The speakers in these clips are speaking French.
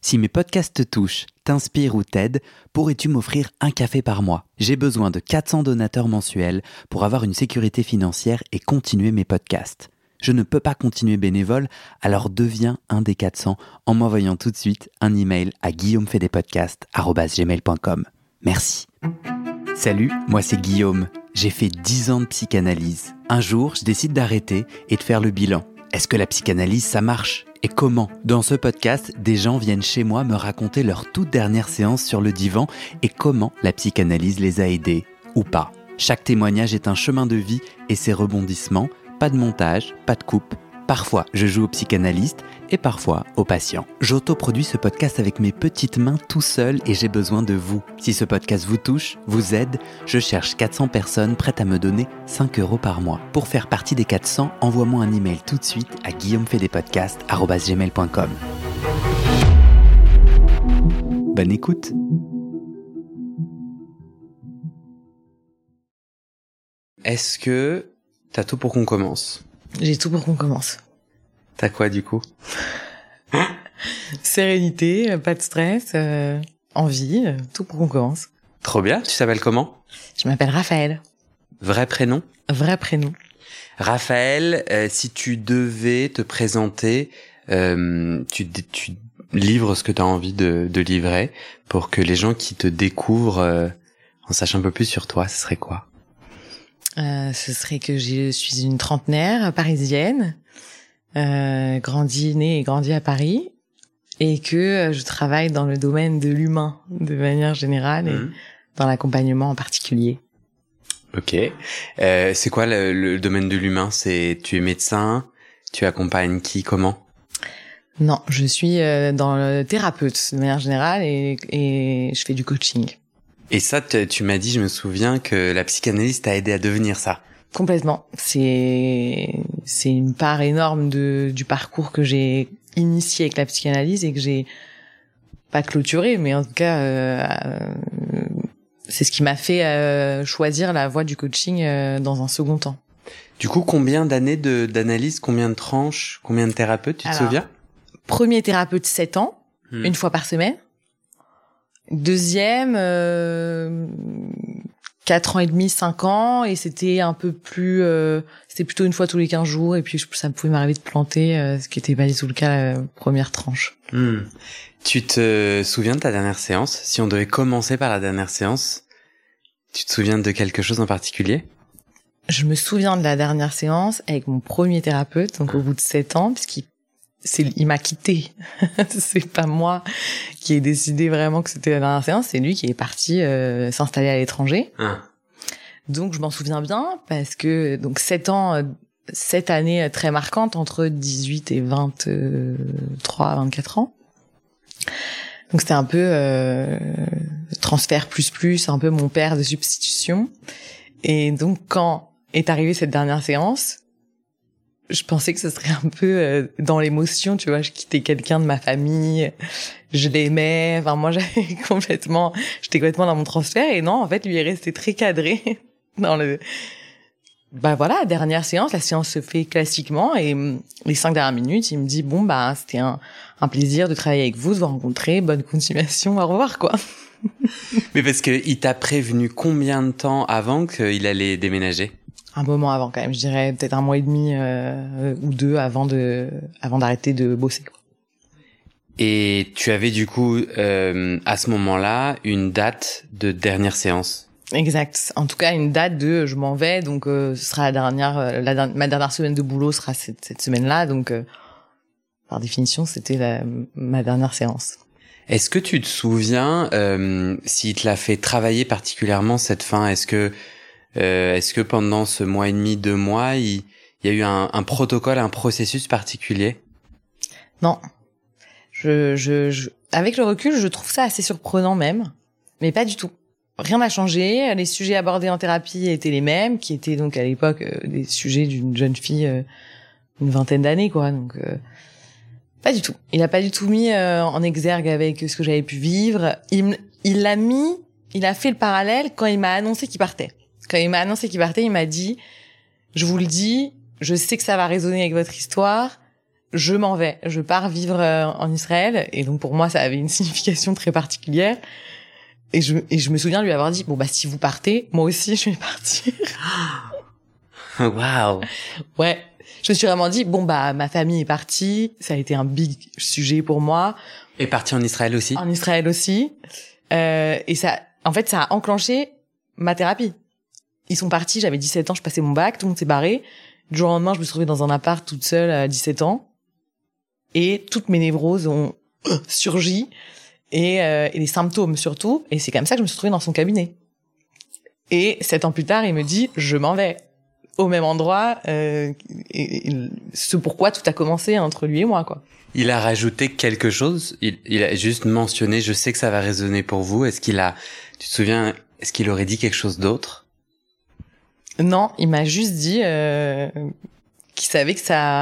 Si mes podcasts te touchent, t'inspirent ou t'aident, pourrais-tu m'offrir un café par mois ? J'ai besoin de 400 donateurs mensuels pour avoir une sécurité financière et continuer mes podcasts. Je ne peux pas continuer bénévole, alors deviens un des 400 en m'envoyant tout de suite un email à guillaumefaidespodcasts@gmail.com. Merci. Salut, moi c'est Guillaume. J'ai fait 10 ans de psychanalyse. Un jour, je décide d'arrêter et de faire le bilan. Est-ce que la psychanalyse, ça marche ? Et comment ? Dans ce podcast, des gens viennent chez moi me raconter leur toute dernière séance sur le divan et comment la psychanalyse les a aidés, ou pas. Chaque témoignage est un chemin de vie et ses rebondissements, pas de montage, pas de coupe. Parfois, je joue au psychanalyste et parfois au patient. J'autoproduis ce podcast avec mes petites mains tout seul et j'ai besoin de vous. Si ce podcast vous touche, vous aide, je cherche 400 personnes prêtes à me donner 5 € par mois. Pour faire partie des 400, envoie-moi un email tout de suite à guillaumefaidespodcasts@gmail.com. Bonne écoute. Est-ce que t'as tout pour qu'on commence ? J'ai tout pour qu'on commence. T'as quoi du coup ? Sérénité, pas de stress, envie, tout pour qu'on commence. Trop bien, tu t'appelles comment ? Je m'appelle Raphaël. Vrai prénom ? Vrai prénom. Raphaël, si tu devais te présenter, tu livres ce que tu as envie de livrer pour que les gens qui te découvrent en sachent un peu plus sur toi, ce serait quoi ? Ce serait que je suis une trentenaire parisienne, née et grandie à Paris, et que je travaille dans le domaine de l'humain de manière générale et dans l'accompagnement en particulier. Ok. C'est quoi le domaine de l'humain ? Tu es médecin, tu accompagnes qui, comment ? Non, je suis dans le thérapeute de manière générale et je fais du coaching. Et ça, tu m'as dit, je me souviens, que la psychanalyse t'a aidé à devenir ça. Complètement. C'est une part énorme du parcours que j'ai initié avec la psychanalyse et que j'ai pas clôturé, mais en tout cas, c'est ce qui m'a fait choisir la voie du coaching dans un second temps. Du coup, combien d'années d'analyse, combien de tranches, combien de thérapeutes, tu te souviens ? Premier thérapeute, 7 ans, une fois par semaine. Deuxième, 4 ans et demi, 5 ans, et c'était un peu plus, c'était plutôt une fois tous les 15 jours, et puis ça pouvait m'arriver de planter, ce qui était pas du tout le cas la première tranche. Tu te souviens de ta dernière séance ? Si on devait commencer par la dernière séance, tu te souviens de quelque chose en particulier ? Je me souviens de la dernière séance avec mon premier thérapeute, donc au bout de 7 ans, puisqu'il m'a quitté. C'est pas moi qui ai décidé vraiment que c'était la dernière séance, c'est lui qui est parti s'installer à l'étranger. Donc je m'en souviens bien parce que donc 7 ans, 7 années très marquantes entre 18 et 23, 24 ans. Donc c'était un peu transfert plus, un peu mon père de substitution. Et donc quand est arrivée cette dernière séance, je pensais que ce serait un peu dans l'émotion, tu vois, je quittais quelqu'un de ma famille, je l'aimais, enfin moi j'étais complètement dans mon transfert et non, en fait, lui est resté très cadré dans voilà, dernière séance, la séance se fait classiquement et les 5 dernières minutes, il me dit c'était un plaisir de travailler avec vous, de vous rencontrer, bonne continuation, au revoir quoi. Mais parce que il t'a prévenu combien de temps avant qu'il allait déménager ? Un moment avant quand même, je dirais peut-être 1 mois et demi ou 2 avant d'arrêter de bosser quoi. Et tu avais du coup à ce moment-là une date de dernière séance. Exact. En tout cas une date de je m'en vais, donc ce sera ma dernière semaine de boulot sera cette semaine-là, donc par définition c'était ma dernière séance. Est-ce que tu te souviens s'il te l'a fait travailler particulièrement cette fin ? Est-ce que pendant ce mois et demi, 2 mois, il y a eu un protocole, un processus particulier ? Non. Avec le recul, je trouve ça assez surprenant même, mais pas du tout. Rien n'a changé. Les sujets abordés en thérapie étaient les mêmes, qui étaient donc à l'époque des sujets d'une jeune fille, une vingtaine d'années, quoi. Donc pas du tout. Il a pas du tout mis en exergue avec ce que j'avais pu vivre. Il a fait le parallèle quand il m'a annoncé qu'il partait. Quand il m'a annoncé qu'il partait, il m'a dit, je vous le dis, je sais que ça va résonner avec votre histoire, je m'en vais, je pars vivre en Israël. Et donc pour moi, ça avait une signification très particulière. Et je me souviens lui avoir dit, bon bah si vous partez, moi aussi je vais partir. Waouh. Ouais. Je me suis vraiment dit, bon bah ma famille est partie, ça a été un big sujet pour moi. Et parti en Israël aussi. En Israël aussi. Et ça, en fait, ça a enclenché ma thérapie. Ils sont partis, j'avais 17 ans, je passais mon bac, tout le monde s'est barré. Du jour au lendemain, je me suis retrouvée dans un appart toute seule à 17 ans. Et toutes mes névroses ont surgi. Et les symptômes surtout. Et c'est comme ça que je me suis retrouvée dans son cabinet. Et 7 ans plus tard, il me dit, je m'en vais. Au même endroit. Et ce pourquoi tout a commencé entre lui et moi, quoi. Il a rajouté quelque chose. Il a juste mentionné, je sais que ça va résonner pour vous. Tu te souviens, est-ce qu'il aurait dit quelque chose d'autre? Non, il m'a juste dit qu'il savait que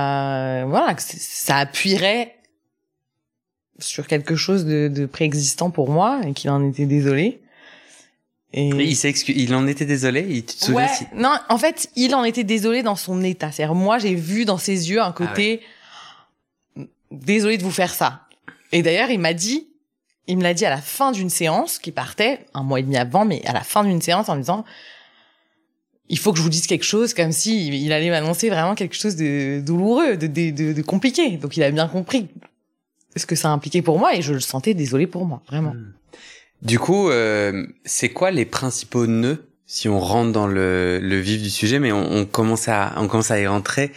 ça appuierait sur quelque chose de préexistant pour moi et qu'il en était désolé. Et il en était désolé? Tu te souviens Non, en fait, il en était désolé dans son état. C'est-à-dire, moi, j'ai vu dans ses yeux un côté désolé de vous faire ça. Et d'ailleurs, il me l'a dit à la fin d'une séance qui partait un mois et demi avant, mais à la fin d'une séance en me disant, il faut que je vous dise quelque chose, comme si il allait m'annoncer vraiment quelque chose de douloureux, de compliqué. Donc, il a bien compris ce que ça impliquait pour moi et je le sentais désolé pour moi, vraiment. Du coup, c'est quoi les principaux nœuds, si on rentre dans le vif du sujet, mais on commence à y rentrer.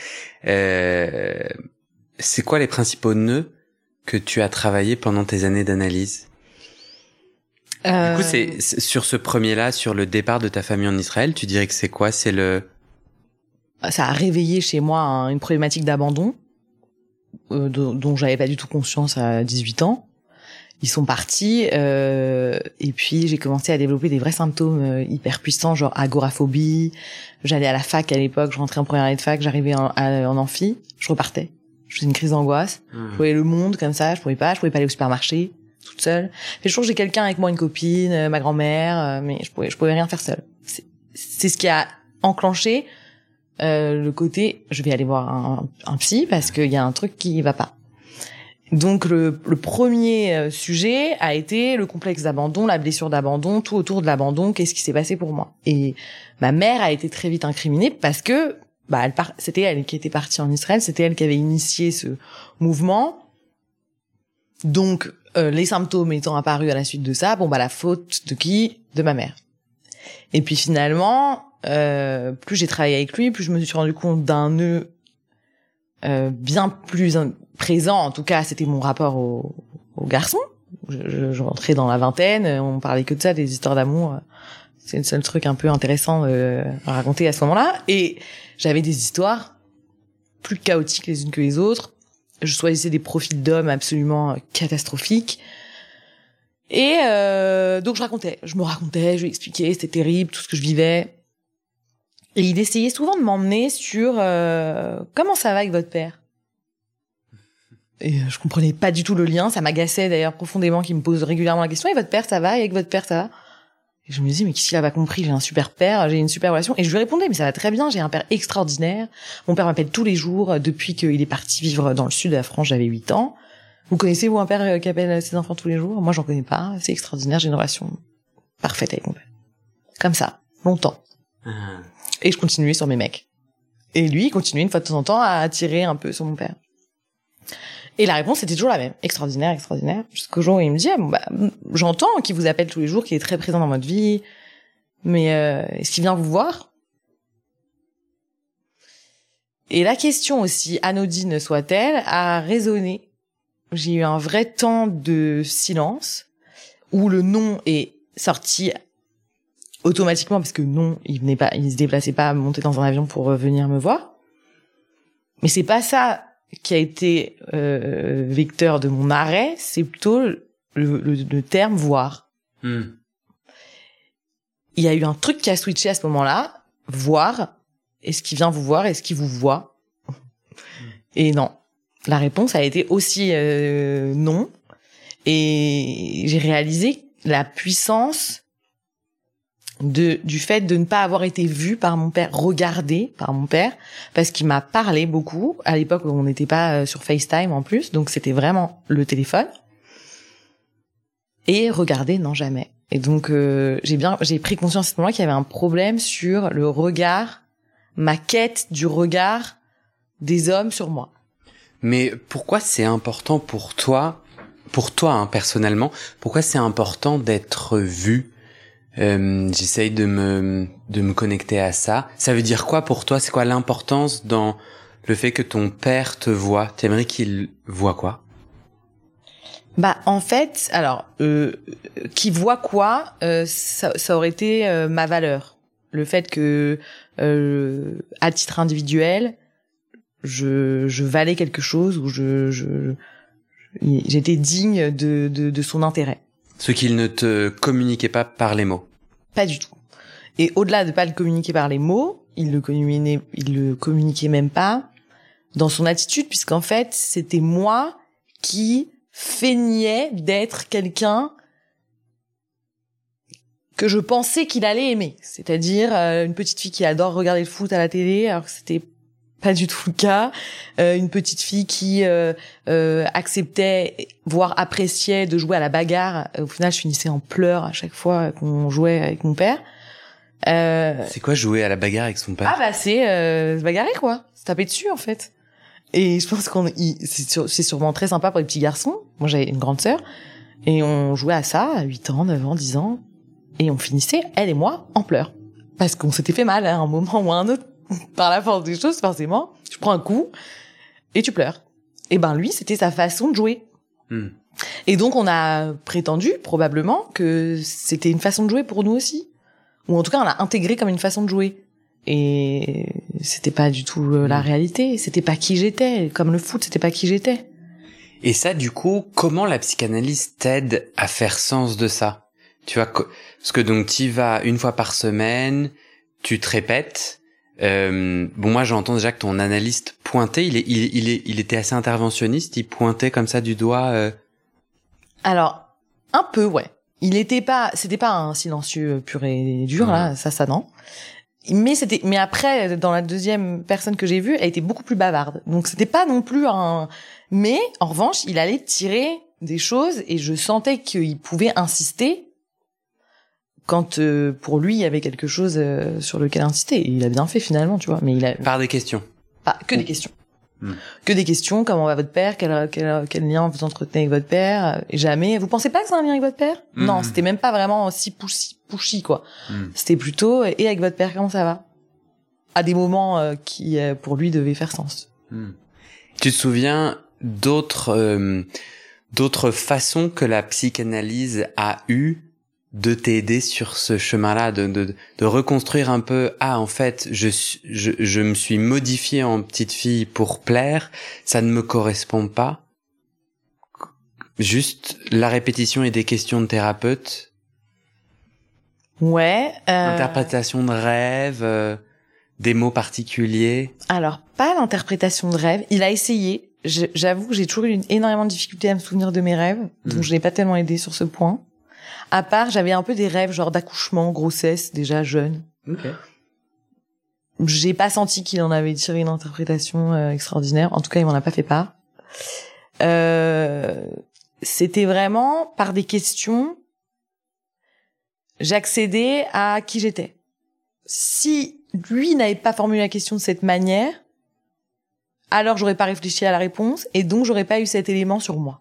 C'est quoi les principaux nœuds que tu as travaillé pendant tes années d'analyse? Du coup, c'est sur ce premier-là, sur le départ de ta famille en Israël, tu dirais que c'est quoi? Ça a réveillé chez moi une problématique d'abandon dont j'avais pas du tout conscience à 18 ans. Ils sont partis et puis j'ai commencé à développer des vrais symptômes hyper puissants, genre agoraphobie. J'allais à la fac à l'époque, je rentrais en première année de fac, j'arrivais en amphi, je repartais. Je faisais une crise d'angoisse. Je voyais le monde comme ça, je pouvais pas aller au supermarché toute seule. Mais je trouve que j'ai quelqu'un avec moi, une copine, ma grand-mère, mais je pouvais rien faire seule. C'est ce qui a enclenché le côté je vais aller voir un psy parce qu'il y a un truc qui va pas. Donc le premier sujet a été le complexe d'abandon, la blessure d'abandon, tout autour de l'abandon, qu'est-ce qui s'est passé pour moi. Et ma mère a été très vite incriminée parce que c'était elle qui était partie en Israël, c'était elle qui avait initié ce mouvement. Donc les symptômes étant apparus à la suite de ça, la faute de qui? De ma mère. Et puis finalement, plus j'ai travaillé avec lui, plus je me suis rendu compte d'un nœud bien plus présent. En tout cas, c'était mon rapport au garçon. Je rentrais dans la vingtaine, on parlait que de ça, des histoires d'amour. C'est le seul truc un peu intéressant à raconter à ce moment-là. Et j'avais des histoires plus chaotiques les unes que les autres. Je choisissais des profils d'hommes absolument catastrophiques. Et donc je me racontais, je lui expliquais, c'était terrible, tout ce que je vivais. Et il essayait souvent de m'emmener sur comment ça va avec votre père. Et je comprenais pas du tout le lien, ça m'agaçait d'ailleurs profondément qu'il me pose régulièrement la question, et votre père ça va, et avec votre père ça va? Et je me disais, mais qu'est-ce qu'il a pas compris? J'ai un super père, j'ai une super relation. Et je lui répondais, mais ça va très bien, j'ai un père extraordinaire. Mon père m'appelle tous les jours depuis qu'il est parti vivre dans le sud de la France, j'avais 8 ans. Vous connaissez, vous, un père qui appelle ses enfants tous les jours? Moi, j'en connais pas, c'est extraordinaire, j'ai une relation parfaite avec mon père. Comme ça, longtemps. Et je continuais sur mes mecs. Et lui, il continuait une fois de temps en temps à attirer un peu sur mon père. Et la réponse était toujours la même. Extraordinaire, extraordinaire. Jusqu'au jour où il me dit, j'entends qu'il vous appelle tous les jours, qu'il est très présent dans votre vie, mais est-ce qu'il vient vous voir? Et la question, aussi anodine soit-elle, a résonné. J'ai eu un vrai temps de silence, où le non est sorti automatiquement, parce que non, il se déplaçait pas à monter dans un avion pour venir me voir. Mais c'est pas ça qui a été vecteur de mon arrêt, c'est plutôt le terme voir. Il y a eu un truc qui a switché à ce moment-là, voir, est-ce qu'il vient vous voir, est-ce qu'il vous voit? Et non. La réponse a été aussi non. Et j'ai réalisé la puissance du fait de ne pas avoir été vue par mon père, regardée par mon père, parce qu'il m'a parlé beaucoup. À l'époque, on n'était pas sur FaceTime en plus, donc c'était vraiment le téléphone. Et regarder, non, jamais. Et donc, j'ai pris conscience à ce moment-là qu'il y avait un problème sur le regard, ma quête du regard des hommes sur moi. Mais pourquoi c'est important pour toi, personnellement, pourquoi c'est important d'être vu? J'essaye de me connecter à ça. Ça veut dire quoi pour toi? C'est quoi l'importance dans le fait que ton père te voit? T'aimerais qu'il voit quoi? Bah, en fait, alors, qui voit quoi, ça aurait été ma valeur. Le fait que, à titre individuel, je valais quelque chose ou j'étais digne de son intérêt. Ce qu'il ne te communiquait pas par les mots. Pas du tout. Et au-delà de pas le communiquer par les mots, il le communiquait même pas dans son attitude, puisqu'en fait, c'était moi qui feignais d'être quelqu'un que je pensais qu'il allait aimer. C'est-à-dire une petite fille qui adore regarder le foot à la télé, alors que c'était pas du tout le cas. Une petite fille qui acceptait, voire appréciait de jouer à la bagarre. Au final, je finissais en pleurs à chaque fois qu'on jouait avec mon père. C'est quoi jouer à la bagarre avec son père? Ah bah c'est se bagarrer quoi, se taper dessus en fait. Et je pense c'est sûrement très sympa pour les petits garçons. Moi j'avais une grande sœur et on jouait à ça à 8 ans, 9 ans, 10 ans et on finissait elle et moi en pleurs parce qu'on s'était fait mal à un moment ou à un autre. Par la force des choses, forcément, tu prends un coup et tu pleures. Et ben lui, c'était sa façon de jouer. Et donc on a prétendu probablement que c'était une façon de jouer pour nous aussi, ou en tout cas on l'a intégré comme une façon de jouer. Et c'était pas du tout la réalité. C'était pas qui j'étais. Comme le foot, c'était pas qui j'étais. Et ça, du coup, comment la psychanalyse t'aide à faire sens de ça? Tu vois, parce que donc t'y vas une fois par semaine, tu te répètes. Bon, moi j'entends déjà que ton analyste pointait, il était assez interventionniste, il pointait comme ça du doigt. Alors un peu, ouais. C'était pas un silencieux pur et dur là, ça non. Mais après dans la deuxième personne que j'ai vue, elle était beaucoup plus bavarde. Donc c'était pas non plus mais en revanche, il allait tirer des choses et je sentais qu'il pouvait insister. Quand pour lui il y avait quelque chose sur lequel insister, et il a bien fait finalement, tu vois. Mais par des questions. Pas que des questions. Que des questions. Comment va votre père? Quel lien vous entretenez avec votre père? Et jamais. Vous pensez pas que c'est un lien avec votre père? Non, c'était même pas vraiment si pushy quoi. C'était plutôt et avec votre père comment ça va? À des moments qui pour lui devaient faire sens. Tu te souviens d'autres façons que la psychanalyse a eu de t'aider sur ce chemin-là, de reconstruire un peu, en fait, je me suis modifié en petite fille pour plaire, ça ne me correspond pas. Juste la répétition et des questions de thérapeute. Ouais. Interprétation de rêves, des mots particuliers. Alors, pas l'interprétation de rêves. Il a essayé. J'avoue que j'ai toujours eu énormément de difficultés à me souvenir de mes rêves, donc je l'ai pas tellement aidé sur ce point. À part, j'avais un peu des rêves genre d'accouchement, grossesse, déjà jeune. Okay. J'ai pas senti qu'il en avait tiré une interprétation extraordinaire. En tout cas, il m'en a pas fait part. C'était vraiment par des questions. J'accédais à qui j'étais. Si lui n'avait pas formulé la question de cette manière, alors j'aurais pas réfléchi à la réponse et donc j'aurais pas eu cet élément sur moi.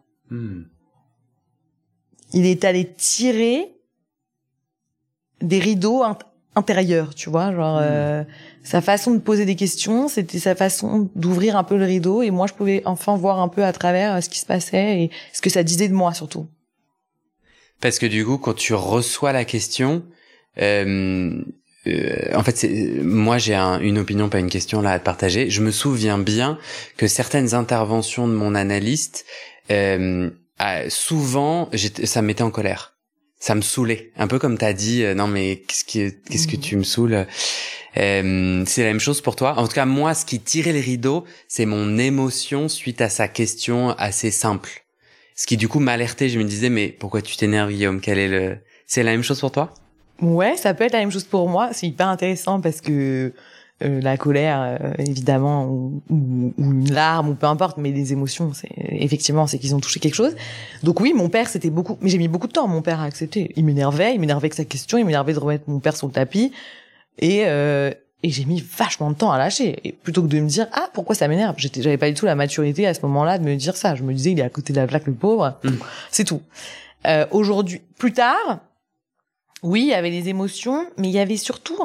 Il est allé tirer des rideaux intérieurs, tu vois, genre sa façon de poser des questions, c'était sa façon d'ouvrir un peu le rideau et moi je pouvais enfin voir un peu à travers ce qui se passait et ce que ça disait de moi surtout. Parce que du coup, quand tu reçois la question, en fait, moi j'ai une opinion, pas une question là à te partager. Je me souviens bien que certaines interventions de mon analyste, souvent, ça me mettait en colère. Ça me saoulait. Un peu comme t'as dit, non mais qu'est-ce que tu me saoules. C'est la même chose pour toi. En tout cas, moi, ce qui tirait les rideaux, c'est mon émotion suite à sa question assez simple. Ce qui du coup m'alertait. Je me disais, mais pourquoi tu t'énerves, Guillaume? C'est la même chose pour toi? Ouais, ça peut être la même chose pour moi. C'est hyper intéressant parce que la colère, évidemment, ou une larme, ou peu importe, mais les émotions, c'est qu'ils ont touché quelque chose. Donc oui, mon père, mais j'ai mis beaucoup de temps, mon père, à accepter. Il m'énervait avec sa question, il m'énervait de remettre mon père sur le tapis, et j'ai mis vachement de temps à lâcher. Et plutôt que de me dire, ah, pourquoi ça m'énerve? J'avais pas du tout la maturité à ce moment-là de me dire ça. Je me disais, il est à côté de la plaque, le pauvre. C'est tout. Aujourd'hui, plus tard, oui, il y avait des émotions, mais il y avait surtout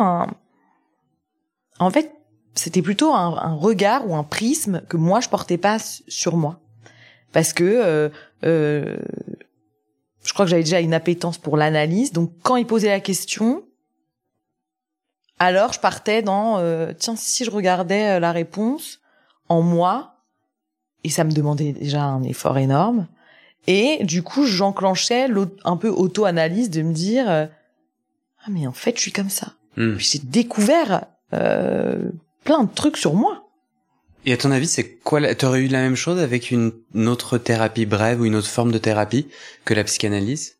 en fait, c'était plutôt un regard ou un prisme que moi, je portais pas sur moi. Parce que je crois que j'avais déjà une appétence pour l'analyse. Donc, quand il posait la question, alors je partais dans tiens, si je regardais la réponse en moi, et ça me demandait déjà un effort énorme. Et du coup, j'enclenchais un peu auto-analyse de me dire ah, mais en fait, je suis comme ça. Puis j'ai découvert plein de trucs sur moi. Et à ton avis, c'est quoi t'aurais eu la même chose avec une autre thérapie brève ou une autre forme de thérapie que la psychanalyse?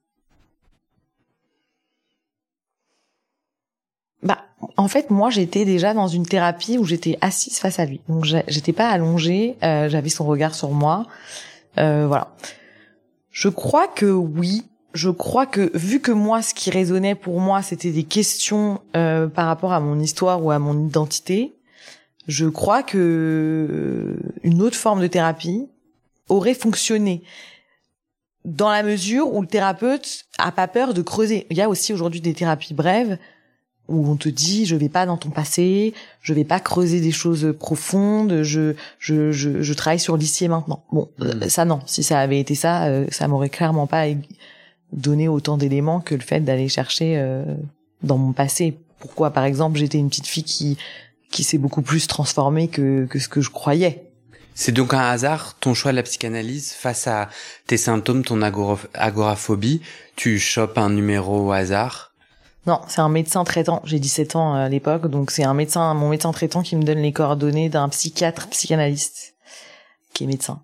Bah, en fait, moi, j'étais déjà dans une thérapie où j'étais assise face à lui. Donc, j'étais pas allongée, j'avais son regard sur moi. Voilà. Je crois que oui. Je crois que, vu que moi, ce qui résonnait pour moi, c'était des questions par rapport à mon histoire ou à mon identité, je crois que une autre forme de thérapie aurait fonctionné dans la mesure où le thérapeute a pas peur de creuser. Il y a aussi aujourd'hui des thérapies brèves où on te dit je vais pas dans ton passé, je vais pas creuser des choses profondes, je travaille sur l'ici et maintenant. Bon, ça non, si ça avait été ça, ça m'aurait clairement pas donné autant d'éléments que le fait d'aller chercher dans mon passé. Pourquoi, par exemple, j'étais une petite fille qui s'est beaucoup plus transformée que ce que je croyais. C'est donc un hasard, ton choix de la psychanalyse face à tes symptômes, ton agoraphobie, tu chopes un numéro au hasard? Non, c'est un médecin traitant. J'ai 17 ans à l'époque, donc c'est mon médecin traitant qui me donne les coordonnées d'un psychanalyste qui est médecin.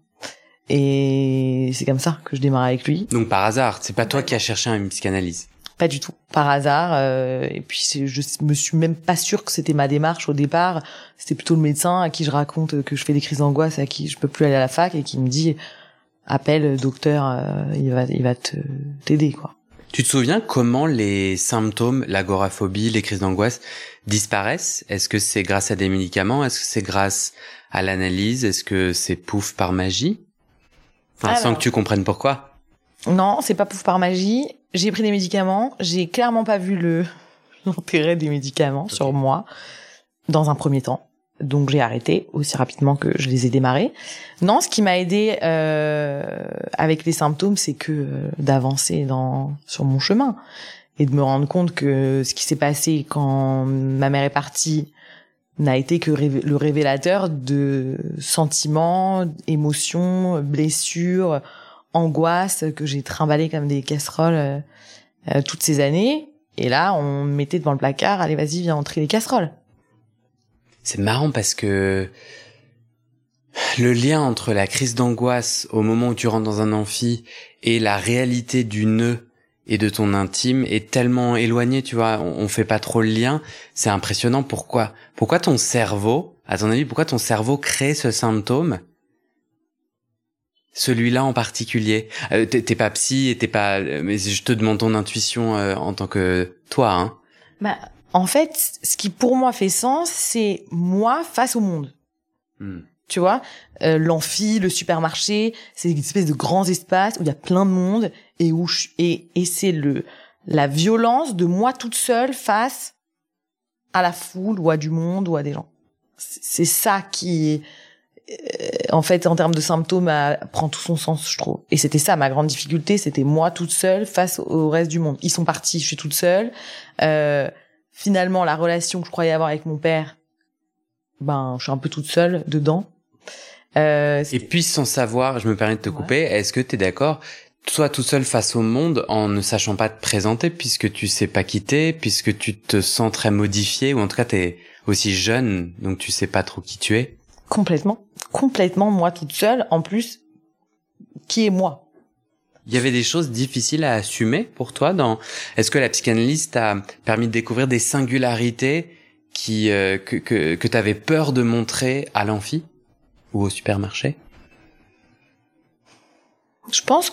Et c'est comme ça que je démarre avec lui. Donc par hasard, c'est pas toi qui as cherché une psychanalyse? Pas du tout, par hasard. Et puis je me suis même pas sûre que c'était ma démarche au départ. C'était plutôt le médecin à qui je raconte que je fais des crises d'angoisse, à qui je peux plus aller à la fac, et qui me dit appelle docteur, il va t'aider quoi. Tu te souviens comment les symptômes, l'agoraphobie, les crises d'angoisse disparaissent? Est-ce que c'est grâce à des médicaments? Est-ce que c'est grâce à l'analyse? Est-ce que c'est pouf par magie? Enfin, sans que tu comprennes pourquoi. Non, c'est pas pouf par magie. J'ai pris des médicaments. J'ai clairement pas vu l'intérêt des médicaments sur moi dans un premier temps. Donc j'ai arrêté aussi rapidement que je les ai démarrés. Non, ce qui m'a aidé avec les symptômes, c'est que d'avancer sur mon chemin et de me rendre compte que ce qui s'est passé quand ma mère est partie n'a été que le révélateur de sentiments, émotions, blessures, angoisses que j'ai trimballées comme des casseroles toutes ces années. Et là, on me mettait devant le placard, allez, vas-y, viens entrer les casseroles. C'est marrant parce que le lien entre la crise d'angoisse au moment où tu rentres dans un amphi et la réalité du nœud et de ton intime est tellement éloigné, tu vois, on fait pas trop le lien. C'est impressionnant. Pourquoi ton cerveau, à ton avis, pourquoi ton cerveau crée ce symptôme? Celui-là en particulier. T'es pas psy et mais je te demande ton intuition en tant que toi, hein. Bah, en fait, ce qui pour moi fait sens, c'est moi face au monde. Tu vois, l'amphi, le supermarché, c'est une espèce de grands espaces où il y a plein de monde et et c'est la violence de moi toute seule face à la foule ou à du monde ou à des gens. C'est ça qui, en fait, en termes de symptômes, prend tout son sens, je trouve. Et c'était ça ma grande difficulté, c'était moi toute seule face au reste du monde. Ils sont partis, je suis toute seule. Finalement, la relation que je croyais avoir avec mon père, je suis un peu toute seule dedans. Et puis, sans savoir, je me permets de te couper, est-ce que t'es d'accord, toi toute seule face au monde, en ne sachant pas te présenter, puisque tu sais pas qui t'es, puisque tu te sens très modifié, ou en tout cas t'es aussi jeune, donc tu sais pas trop qui tu es? Complètement, moi toute seule. En plus, qui est moi? Il y avait des choses difficiles à assumer pour toi est-ce que la psychanalyse t'a permis de découvrir des singularités que t'avais peur de montrer à l'amphi ou au supermarché? Je pense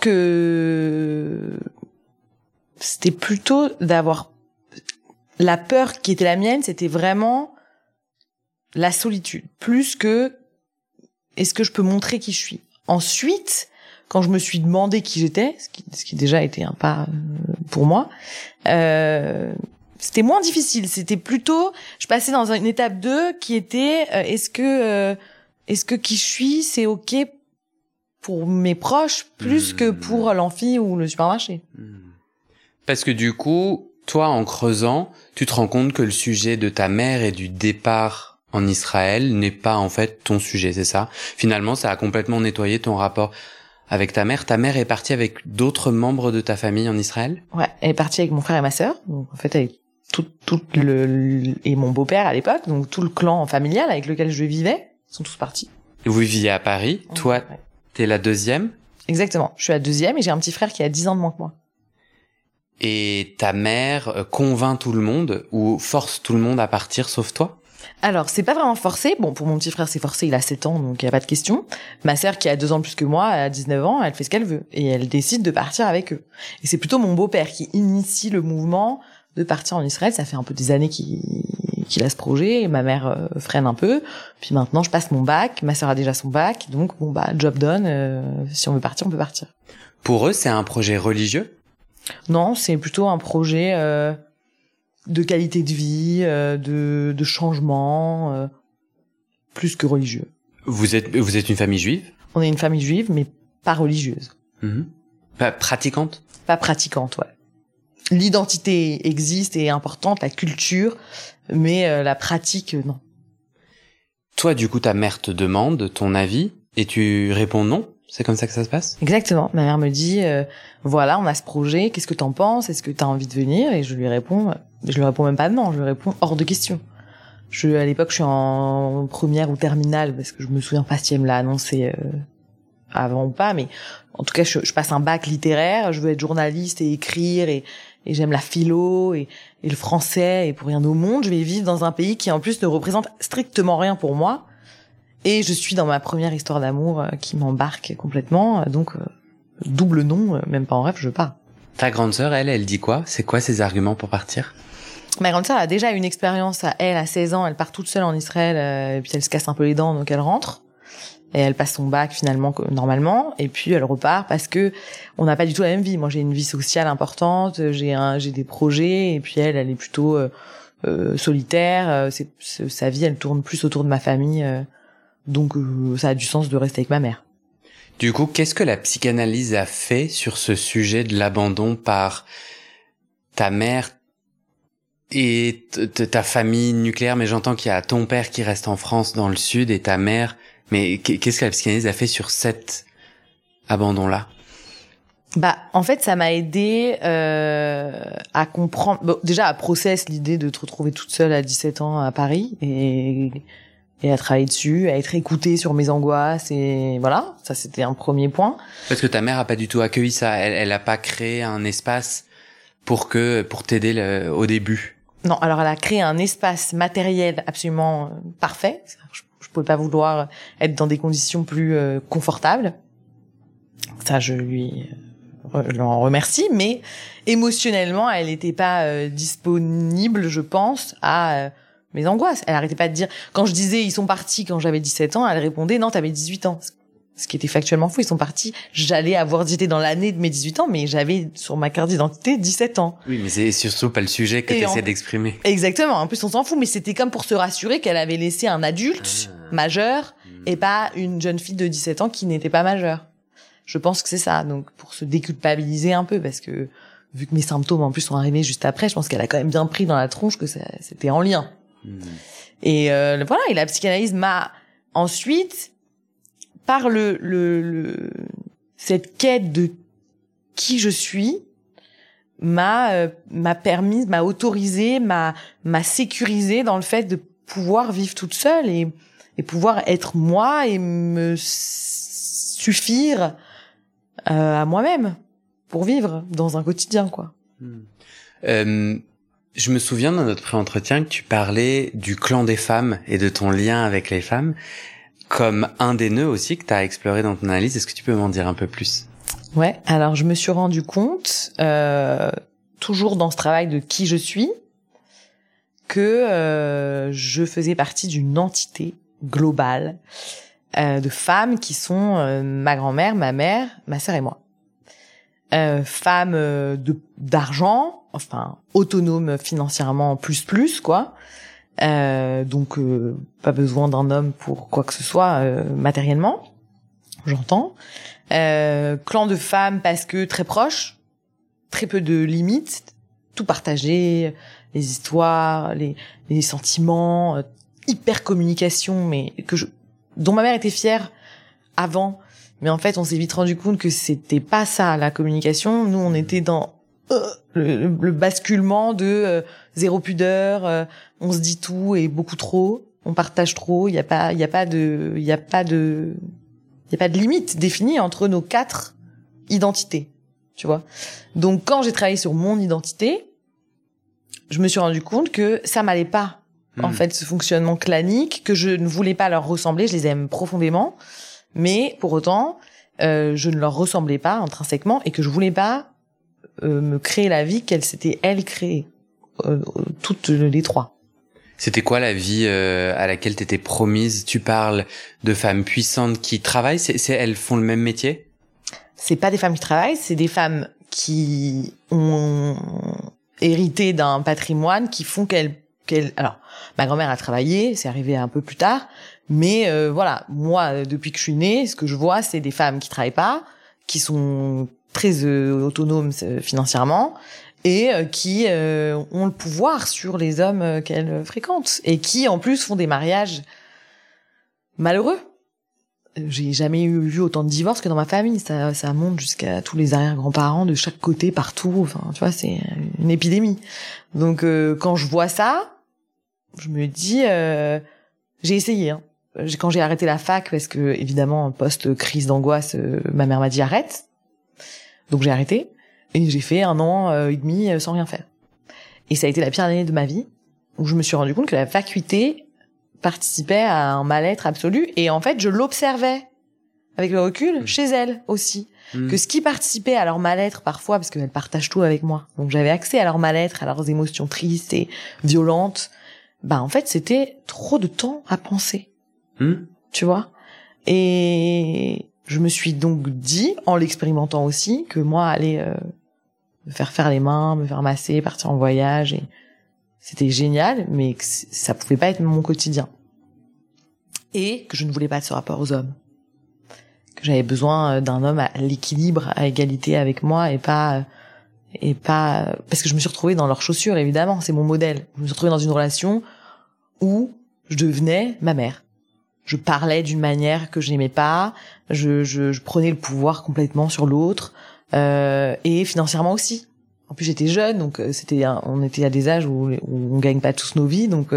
que c'était plutôt d'avoir la peur qui était la mienne, c'était vraiment la solitude, plus que est-ce que je peux montrer qui je suis. Ensuite, quand je me suis demandé qui j'étais, ce qui déjà était un pas pour moi, c'était moins difficile. C'était plutôt, je passais dans une étape 2 qui était est-ce que qui je suis, c'est ok pour mes proches plus que pour l'amphi ou le supermarché. Parce que du coup, toi, en creusant, tu te rends compte que le sujet de ta mère et du départ en Israël n'est pas en fait ton sujet, c'est ça? Finalement, ça a complètement nettoyé ton rapport avec ta mère. Ta mère est partie avec d'autres membres de ta famille en Israël? Ouais, elle est partie avec mon frère et ma sœur. Donc en fait, avec et mon beau-père à l'époque, donc tout le clan familial avec lequel je vivais, sont tous partis. Vous viviez à Paris. Toi, ouais. T'es la deuxième? Exactement. Je suis la deuxième et j'ai un petit frère qui a 10 ans de moins que moi. Et ta mère convainc tout le monde ou force tout le monde à partir sauf toi? Alors, c'est pas vraiment forcé. Bon, pour mon petit frère, c'est forcé, il a 7 ans, donc il y a pas de question. Ma sœur, qui a 2 ans de plus que moi, elle a 19 ans, elle fait ce qu'elle veut. Et elle décide de partir avec eux. Et c'est plutôt mon beau-père qui initie le mouvement de partir en Israël. Ça fait un peu des années qu'il a ce projet. Et ma mère freine un peu. Puis maintenant, je passe mon bac. Ma sœur a déjà son bac. Donc, bon, bah, job done. Si on veut partir, on peut partir. Pour eux, c'est un projet religieux? Non, c'est plutôt un projet de qualité de vie, de changement, plus que religieux. Vous êtes une famille juive? On est une famille juive, mais pas religieuse. Pas pratiquante? Pas pratiquante, ouais. L'identité existe et est importante, la culture, mais la pratique, non. Toi, du coup, ta mère te demande ton avis et tu réponds non? C'est comme ça que ça se passe? Exactement. Ma mère me dit, voilà, on a ce projet, qu'est-ce que t'en penses? Est-ce que t'as envie de venir? Et je lui réponds même pas non, je lui réponds hors de question. À l'époque, je suis en première ou terminale, parce que je me souviens pas si elle me l'a annoncé avant ou pas, mais en tout cas, je passe un bac littéraire, je veux être journaliste et écrire, et j'aime la philo et le français, et pour rien au monde, je vais vivre dans un pays qui en plus ne représente strictement rien pour moi. Et je suis dans ma première histoire d'amour qui m'embarque complètement, donc double non, même pas en rêve, je pars. Ta grande sœur, elle dit quoi? C'est quoi ses arguments pour partir? Ma grande sœur a déjà une expérience à 16 ans, elle part toute seule en Israël, et puis elle se casse un peu les dents, donc elle rentre. Et elle passe son bac finalement normalement, et puis elle repart parce que on n'a pas du tout la même vie. Moi j'ai une vie sociale importante, j'ai des projets, et puis elle est plutôt solitaire. Sa vie elle tourne plus autour de ma famille. Donc ça a du sens de rester avec ma mère. Du coup, qu'est-ce que la psychanalyse a fait sur ce sujet de l'abandon par ta mère et ta famille nucléaire? Mais j'entends qu'il y a ton père qui reste en France dans le sud et ta mère. Mais qu'est-ce que la psychanalyse a fait sur cet abandon-là? Bah, en fait, ça m'a aidé à comprendre, bon, déjà à process l'idée de te retrouver toute seule à 17 ans à Paris et à travailler dessus, à être écoutée sur mes angoisses, et voilà, ça c'était un premier point. Parce que ta mère a pas du tout accueilli ça, elle a pas créé un espace pour t'aider au début. Non, alors elle a créé un espace matériel absolument parfait. Je pouvais pas vouloir être dans des conditions plus confortables. Ça, je l'en remercie, mais émotionnellement, elle n'était pas disponible, je pense, à mes angoisses. Elle arrêtait pas de dire, quand je disais ils sont partis quand j'avais 17 ans, elle répondait non, t'avais 18 ans. Ce qui était factuellement faux, ils sont partis. J'étais dans l'année de mes 18 ans, mais j'avais sur ma carte d'identité 17 ans. Oui, mais c'est surtout pas le sujet que t'essaies d'exprimer. Exactement. En plus, on s'en fout, mais c'était comme pour se rassurer qu'elle avait laissé un adulte majeur et pas une jeune fille de 17 ans qui n'était pas majeure. Je pense que c'est ça. Donc, pour se déculpabiliser un peu, parce que vu que mes symptômes en plus sont arrivés juste après, je pense qu'elle a quand même bien pris dans la tronche que c'était en lien. Et voilà. Et la psychanalyse m'a ensuite, par cette quête de qui je suis, m'a autorisé, m'a sécurisé dans le fait de pouvoir vivre toute seule et pouvoir être moi et me suffire à moi-même. pour vivre dans un quotidien, quoi. Je me souviens dans notre pré-entretien que tu parlais du clan des femmes et de ton lien avec les femmes comme un des nœuds aussi que tu as exploré dans ton analyse. Est-ce que tu peux m'en dire un peu plus? Ouais, alors je me suis rendu compte, toujours dans ce travail de qui je suis, que je faisais partie d'une entité globale de femmes qui sont ma grand-mère, ma mère, ma sœur et moi. Femmes d'argent, enfin autonomes financièrement plus quoi. Donc pas besoin d'un homme pour quoi que ce soit matériellement, j'entends. Clan de femmes parce que très proches, très peu de limites, tout partagé, les histoires, les sentiments, hyper communication, mais dont ma mère était fière avant. Mais en fait, on s'est vite rendu compte que c'était pas ça, la communication. Nous, on était dans le basculement de zéro pudeur, on se dit tout et beaucoup trop, on partage trop, il y a pas de limite définie entre nos 4 identités, tu vois. Donc quand j'ai travaillé sur mon identité, je me suis rendu compte que ça m'allait pas. En fait, ce fonctionnement clanique, que je ne voulais pas leur ressembler, je les aime profondément. Mais pour autant, je ne leur ressemblais pas intrinsèquement et que je voulais pas me créer la vie qu'elles s'étaient elles créées, toutes les 3. C'était quoi la vie à laquelle t'étais promise? Tu parles de femmes puissantes qui travaillent, elles font le même métier? C'est pas des femmes qui travaillent, c'est des femmes qui ont hérité d'un patrimoine qui font alors, ma grand-mère a travaillé, c'est arrivé un peu plus tard, mais voilà, moi, depuis que je suis née, ce que je vois, c'est des femmes qui travaillent pas, qui sont très autonomes financièrement et qui ont le pouvoir sur les hommes qu'elles fréquentent et qui, en plus, font des mariages malheureux. J'ai jamais vu autant de divorces que dans ma famille. Ça monte jusqu'à tous les arrière-grands-parents de chaque côté, partout. Enfin, tu vois, c'est une épidémie. Donc, quand je vois ça, je me dis, j'ai essayé. Hein. Quand j'ai arrêté la fac, parce que évidemment, post-crise d'angoisse, ma mère m'a dit arrête. Donc j'ai arrêté et j'ai fait 1 an et demi sans rien faire. Et ça a été la pire année de ma vie, où je me suis rendu compte que la vacuité participait à un mal-être absolu. Et en fait, je l'observais avec le recul chez elles aussi. Que ce qui participait à leur mal-être parfois, parce qu'elles partagent tout avec moi, donc j'avais accès à leur mal-être, à leurs émotions tristes et violentes, en fait, c'était trop de temps à penser. Tu vois? Et je me suis donc dit, en l'expérimentant aussi, que moi, aller me faire les mains, me faire masser, partir en voyage, et c'était génial, mais que ça pouvait pas être mon quotidien. Et que je ne voulais pas de ce rapport aux hommes. Que j'avais besoin d'un homme à l'équilibre, à égalité avec moi, et pas parce que je me suis retrouvée dans leurs chaussures, évidemment, c'est mon modèle. Je me suis retrouvée dans une relation où je devenais ma mère. Je parlais d'une manière que je n'aimais pas, je prenais le pouvoir complètement sur l'autre, et financièrement aussi. En plus, j'étais jeune, donc on était à des âges où on gagne pas tous nos vies, donc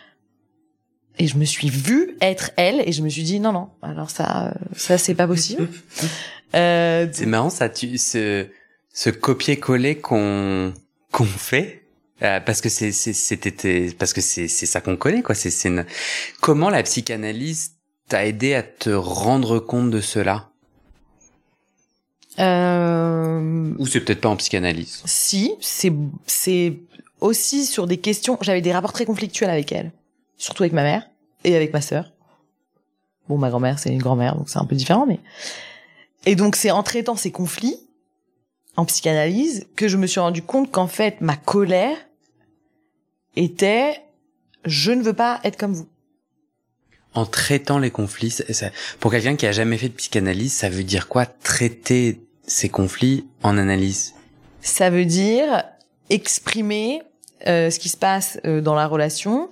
et je me suis vue être elle, et je me suis dit non, alors ça c'est pas possible. C'est marrant ça, ce copier-coller qu'on fait. Parce que c'est ça qu'on connaît, quoi. Comment la psychanalyse t'a aidé à te rendre compte de cela? Ou c'est peut-être pas en psychanalyse? Si, c'est aussi sur des questions. J'avais des rapports très conflictuels avec elle, surtout avec ma mère et avec ma sœur. Bon, ma grand-mère, c'est une grand-mère, donc c'est un peu différent, mais. Et donc c'est en traitant ces conflits en psychanalyse que je me suis rendu compte qu'en fait ma colère était je ne veux pas être comme vous. En traitant les conflits, pour quelqu'un qui a jamais fait de psychanalyse, ça veut dire quoi, traiter ces conflits en analyse? Ça veut dire exprimer ce qui se passe dans la relation,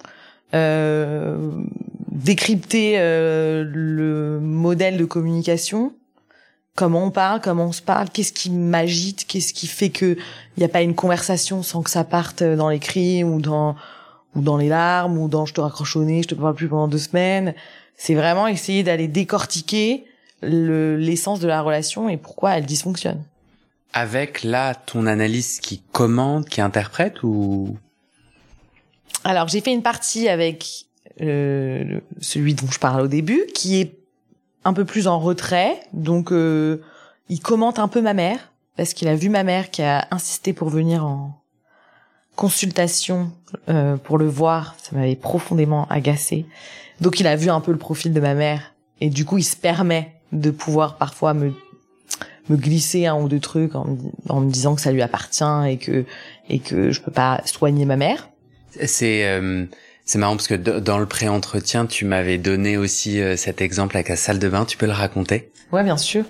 décrypter le modèle de communication, comment on parle, comment on se parle, qu'est-ce qui m'agite, qu'est-ce qui fait que il y a pas une conversation sans que ça parte dans les cris ou dans les larmes ou dans je te raccroche au nez, je te parle plus pendant 2 semaines. C'est vraiment essayer d'aller décortiquer l'essence de la relation et pourquoi elle dysfonctionne. Avec là ton analyse qui commande, qui interprète ou... Alors j'ai fait une partie avec celui dont je parle au début, qui est un peu plus en retrait, donc il commente un peu ma mère, parce qu'il a vu ma mère qui a insisté pour venir en consultation pour le voir, ça m'avait profondément agacée. Donc il a vu un peu le profil de ma mère, et du coup il se permet de pouvoir parfois me glisser un ou deux trucs en me disant que ça lui appartient et que je peux pas soigner ma mère. C'est marrant parce que dans le pré-entretien, tu m'avais donné aussi cet exemple avec la salle de bain. Tu peux le raconter? Ouais, bien sûr.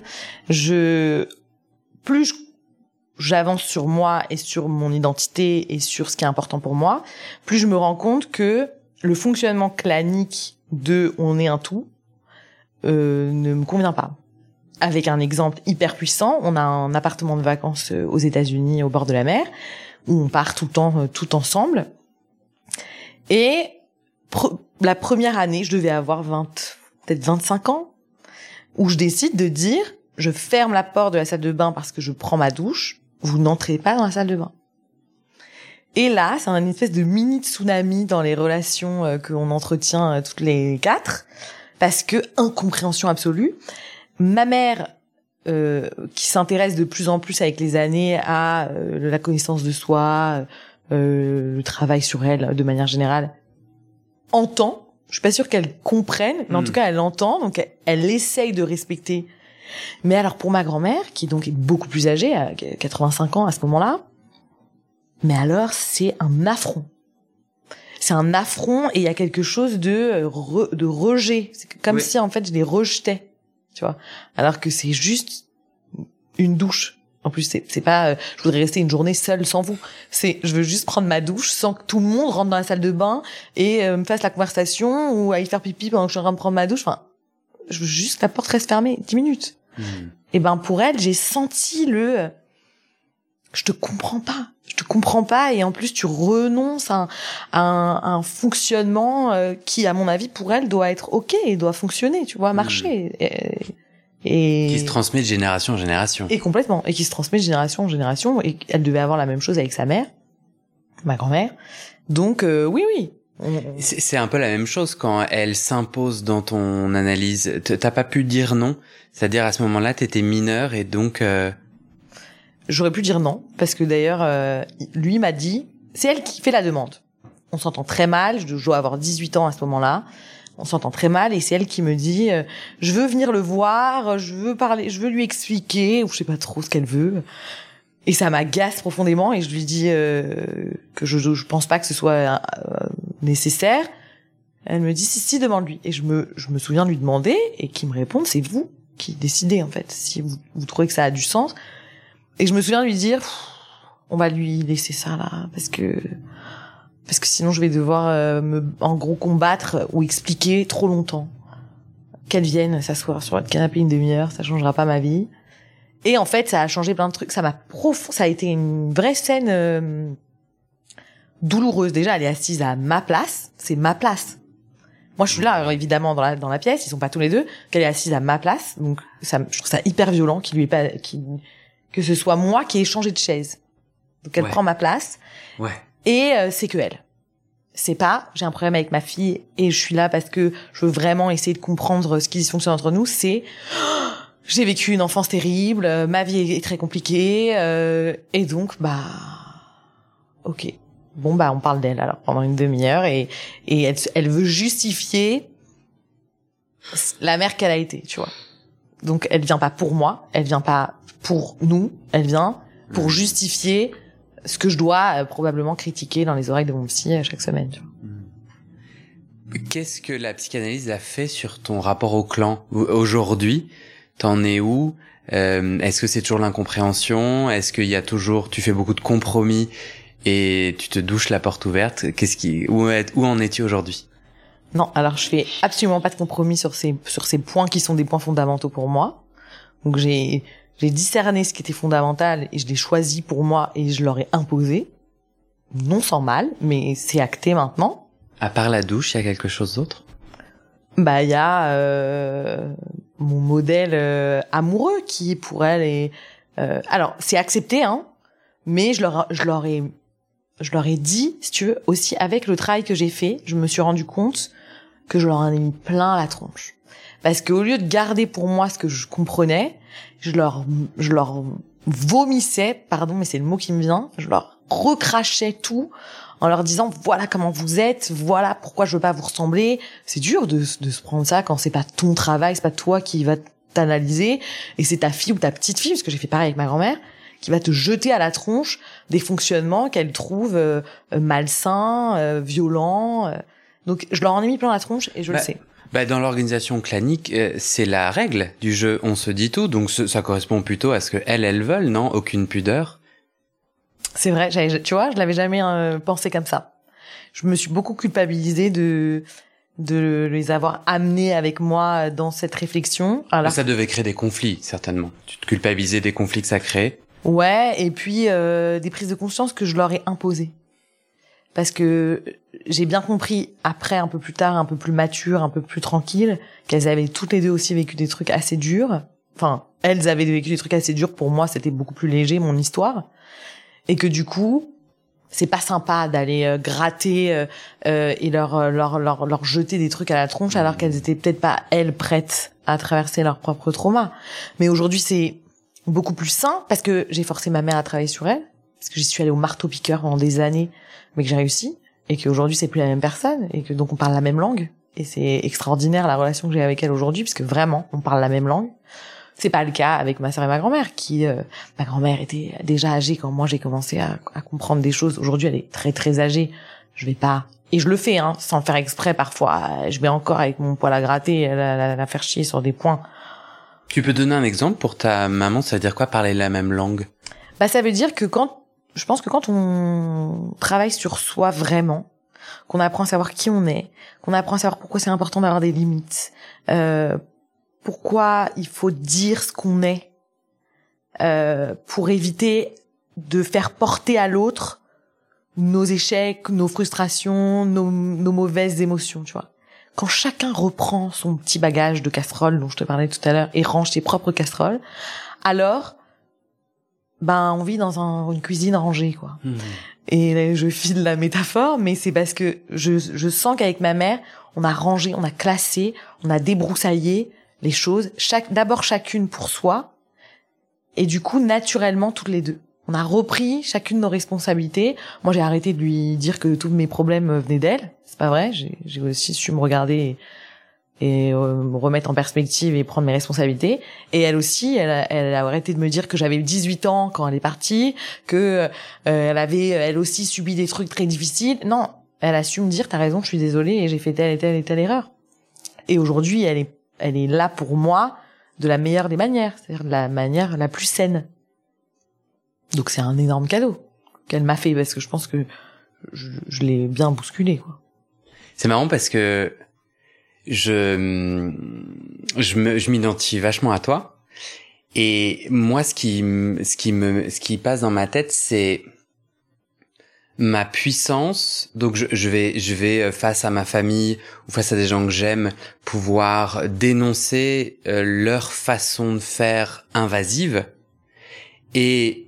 Plus j'avance sur moi et sur mon identité et sur ce qui est important pour moi, plus je me rends compte que le fonctionnement clanique de on est un tout ne me convient pas. Avec un exemple hyper puissant, on a un appartement de vacances aux États-Unis au bord de la mer où on part tout le temps tout ensemble. Et la première année, je devais avoir peut-être 25 ans, où je décide de dire, je ferme la porte de la salle de bain parce que je prends ma douche, vous n'entrez pas dans la salle de bain. Et là, c'est une espèce de mini tsunami dans les relations qu'on entretient toutes les quatre, parce que incompréhension absolue. Ma mère, qui s'intéresse de plus en plus avec les années à la connaissance de soi, le travail sur elle de manière générale, entend. Je suis pas sûre qu'elle comprenne, mais en tout cas elle entend, donc elle essaye de respecter. Mais alors pour ma grand-mère, qui donc est beaucoup plus âgée, à 85 ans à ce moment-là, mais alors c'est un affront. C'est un affront et il y a quelque chose de rejet. C'est comme si en fait je les rejetais. Tu vois, alors que c'est juste une douche. En plus, c'est pas, je voudrais rester une journée seule sans vous. Je veux juste prendre ma douche sans que tout le monde rentre dans la salle de bain et me fasse la conversation ou aille faire pipi pendant que je suis en train de prendre ma douche. Enfin, je veux juste que la porte reste fermée 10 minutes. Et ben, pour elle, j'ai senti je te comprends pas. Et en plus, tu renonces à un fonctionnement qui, à mon avis, pour elle, doit être OK et doit fonctionner, tu vois, marcher. Et qui se transmet de génération en génération. Et complètement. Et qui se transmet de génération en génération. Et elle devait avoir la même chose avec sa mère, ma grand-mère. Donc, oui. C'est un peu la même chose quand elle s'impose dans ton analyse. T'as pas pu dire non? C'est-à-dire, à ce moment-là, t'étais mineur et donc... J'aurais pu dire non, parce que d'ailleurs, lui m'a dit, c'est elle qui fait la demande. On s'entend très mal, je dois avoir 18 ans à ce moment-là. On s'entend très mal et c'est elle qui me dit, je veux venir le voir, je veux parler, je veux lui expliquer, ou je sais pas trop ce qu'elle veut. Et ça m'agace profondément et je lui dis que je pense pas que ce soit nécessaire. Elle me dit, si, demande-lui. Et je me souviens de lui demander et qu'il me réponde, c'est vous qui décidez en fait, si vous trouvez que ça a du sens. Et je me souviens de lui dire, on va lui laisser ça là, parce que sinon je vais devoir en gros combattre ou expliquer trop longtemps. Qu'elle vienne s'asseoir sur le canapé une demi-heure, ça changera pas ma vie. Et en fait, ça a changé plein de trucs. Ça a été une vraie scène douloureuse. Déjà, elle est assise à ma place, c'est ma place. Moi, je suis là, alors, évidemment, dans la pièce, ils sont pas tous les deux, qu'elle est assise à ma place. Donc, je trouve ça hyper violent que ce soit moi qui ai changé de chaise. Donc elle prend ma place. Ouais. Et c'est que elle. C'est pas j'ai un problème avec ma fille et je suis là parce que je veux vraiment essayer de comprendre ce qui dysfonctionne entre nous, c'est j'ai vécu une enfance terrible, ma vie est très compliquée et donc OK. Bon on parle d'elle alors pendant une demi-heure et elle veut justifier la mère qu'elle a été, tu vois. Donc elle vient pas pour moi, elle vient pas pour nous, elle vient pour justifier ce que je dois probablement critiquer dans les oreilles de mon psy chaque semaine. Tu vois. Qu'est-ce que la psychanalyse a fait sur ton rapport au clan aujourd'hui? T'en es où? Est-ce que c'est toujours l'incompréhension? Est-ce qu'il y a toujours, tu fais beaucoup de compromis et tu te douches la porte ouverte? Où en es-tu aujourd'hui? Non, alors je fais absolument pas de compromis sur ces points qui sont des points fondamentaux pour moi. Donc j'ai discerné ce qui était fondamental et je l'ai choisi pour moi et je leur ai imposé. Non sans mal, mais c'est acté maintenant. À part la douche, il y a quelque chose d'autre? Il y a mon modèle amoureux qui pour elle est Alors, c'est accepté, hein, mais je leur ai dit, si tu veux, aussi avec le travail que j'ai fait, je me suis rendu compte que je leur en ai mis plein la tronche. Parce qu'au lieu de garder pour moi ce que je comprenais, je leur vomissais, pardon, mais c'est le mot qui me vient, je leur recrachais tout en leur disant voilà comment vous êtes, voilà pourquoi je veux pas vous ressembler. C'est dur de se prendre ça quand c'est pas ton travail, c'est pas toi qui va t'analyser et c'est ta fille ou ta petite fille, parce que j'ai fait pareil avec ma grand-mère, qui va te jeter à la tronche des fonctionnements qu'elle trouve malsains, violents. Donc je leur en ai mis plein la tronche et je le sais. Dans l'organisation clanique, c'est la règle du jeu. On se dit tout, donc ça correspond plutôt à ce que elles veulent, non? Aucune pudeur. C'est vrai, tu vois, je l'avais jamais pensé comme ça. Je me suis beaucoup culpabilisée de les avoir amenés avec moi dans cette réflexion. Alors ça devait créer des conflits, certainement. Tu te culpabilisais des conflits que ça crée. Ouais, et puis des prises de conscience que je leur ai imposées. Parce que j'ai bien compris après, un peu plus tard, un peu plus mature, un peu plus tranquille, qu'elles avaient toutes les deux aussi vécu des trucs assez durs. Enfin, elles avaient vécu des trucs assez durs. Pour moi, c'était beaucoup plus léger, mon histoire. Et que du coup, c'est pas sympa d'aller gratter et leur jeter des trucs à la tronche alors qu'elles étaient peut-être pas, elles, prêtes à traverser leur propre trauma. Mais aujourd'hui, c'est beaucoup plus sain parce que j'ai forcé ma mère à travailler sur elle, parce que j'y suis allée au marteau-piqueur pendant des années, mais que j'ai réussi, et qu'aujourd'hui, c'est plus la même personne, et que donc on parle la même langue. Et c'est extraordinaire la relation que j'ai avec elle aujourd'hui, parce que vraiment, on parle la même langue. C'est pas le cas avec ma sœur et ma grand-mère, qui, ma grand-mère était déjà âgée quand moi j'ai commencé à comprendre des choses. Aujourd'hui, elle est très très âgée. Je vais pas, et je le fais, hein, sans le faire exprès parfois. Je vais encore avec mon poil à gratter, la faire chier sur des points. Tu peux donner un exemple pour ta maman? Ça veut dire quoi, parler la même langue? Ça veut dire que je pense que quand on travaille sur soi vraiment, qu'on apprend à savoir qui on est, qu'on apprend à savoir pourquoi c'est important d'avoir des limites, pourquoi il faut dire ce qu'on est, pour éviter de faire porter à l'autre nos échecs, nos frustrations, nos mauvaises émotions, tu vois. Quand chacun reprend son petit bagage de casserole dont je te parlais tout à l'heure et range ses propres casseroles, alors on vit dans une cuisine rangée, quoi. Mmh. Et là, je file la métaphore, mais c'est parce que je sens qu'avec ma mère, on a rangé, on a classé, on a débroussaillé les choses, d'abord chacune pour soi, et du coup, naturellement, toutes les deux. On a repris chacune nos responsabilités. Moi, j'ai arrêté de lui dire que tous mes problèmes venaient d'elle. C'est pas vrai. J'ai aussi su me regarder et me remettre en perspective et prendre mes responsabilités. Et elle aussi, elle a arrêté de me dire que j'avais 18 ans quand elle est partie, que elle avait elle aussi subi des trucs très difficiles. Non, elle a su me dire t'as raison, je suis désolée et j'ai fait telle et telle et telle erreur. Et aujourd'hui, elle est là pour moi de la meilleure des manières, c'est-à-dire de la manière la plus saine. Donc c'est un énorme cadeau qu'elle m'a fait, parce que je pense que je l'ai bien bousculé, quoi. C'est marrant parce que je m'identifie vachement à toi, et moi ce qui passe dans ma tête, c'est ma puissance. Donc je vais face à ma famille ou face à des gens que j'aime pouvoir dénoncer leur façon de faire invasive, et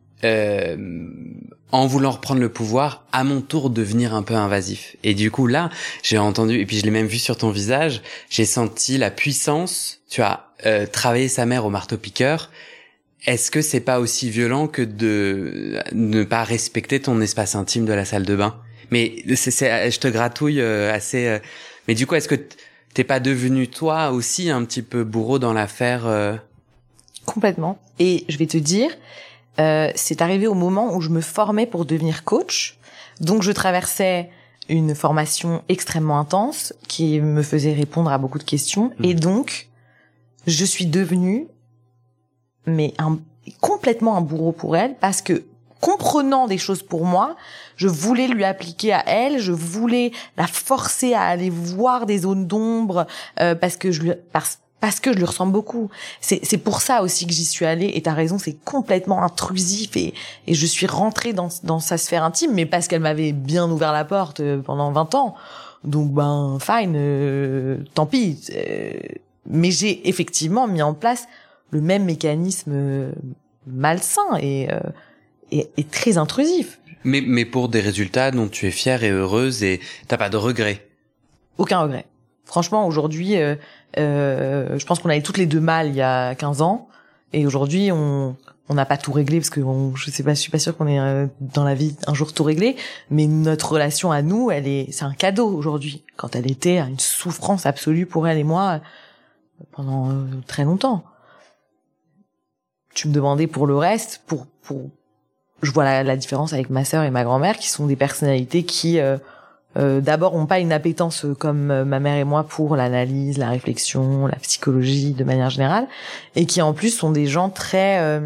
en voulant reprendre le pouvoir, à mon tour devenir un peu invasif. Et du coup là, j'ai entendu, et puis je l'ai même vu sur ton visage, j'ai senti la puissance, tu vois, travailler sa mère au marteau-piqueur. Est-ce que c'est pas aussi violent que de ne pas respecter ton espace intime de la salle de bain? Mais je te gratouille assez. Mais du coup, est-ce que t'es pas devenu toi aussi un petit peu bourreau dans l'affaire? Complètement. Et je vais te dire, c'est arrivé au moment où je me formais pour devenir coach. Donc je traversais une formation extrêmement intense qui me faisait répondre à beaucoup de questions. Et donc, je suis devenue complètement un bourreau pour elle, parce que comprenant des choses pour moi, je voulais lui appliquer à elle, je voulais la forcer à aller voir des zones d'ombre, parce que je lui ressemble beaucoup. C'est pour ça aussi que j'y suis allée, et t'as raison, c'est complètement intrusif, et je suis rentrée dans sa sphère intime, mais parce qu'elle m'avait bien ouvert la porte pendant 20 ans. Donc fine, tant pis. Mais j'ai effectivement mis en place le même mécanisme malsain et très intrusif. Mais pour des résultats dont tu es fière et heureuse et t'as pas de regrets? Aucun regret. Franchement, aujourd'hui, je pense qu'on avait toutes les deux mal il y a 15 ans. Et aujourd'hui, on n'a pas tout réglé parce que je suis pas sûre qu'on ait dans la vie un jour tout réglé. Mais notre relation à nous, c'est un cadeau aujourd'hui. Quand elle était à une souffrance absolue pour elle et moi pendant très longtemps. Tu me demandais pour le reste, je vois la différence avec ma sœur et ma grand-mère qui sont des personnalités qui d'abord ont pas une appétence comme ma mère et moi pour l'analyse, la réflexion, la psychologie de manière générale, et qui en plus sont des gens très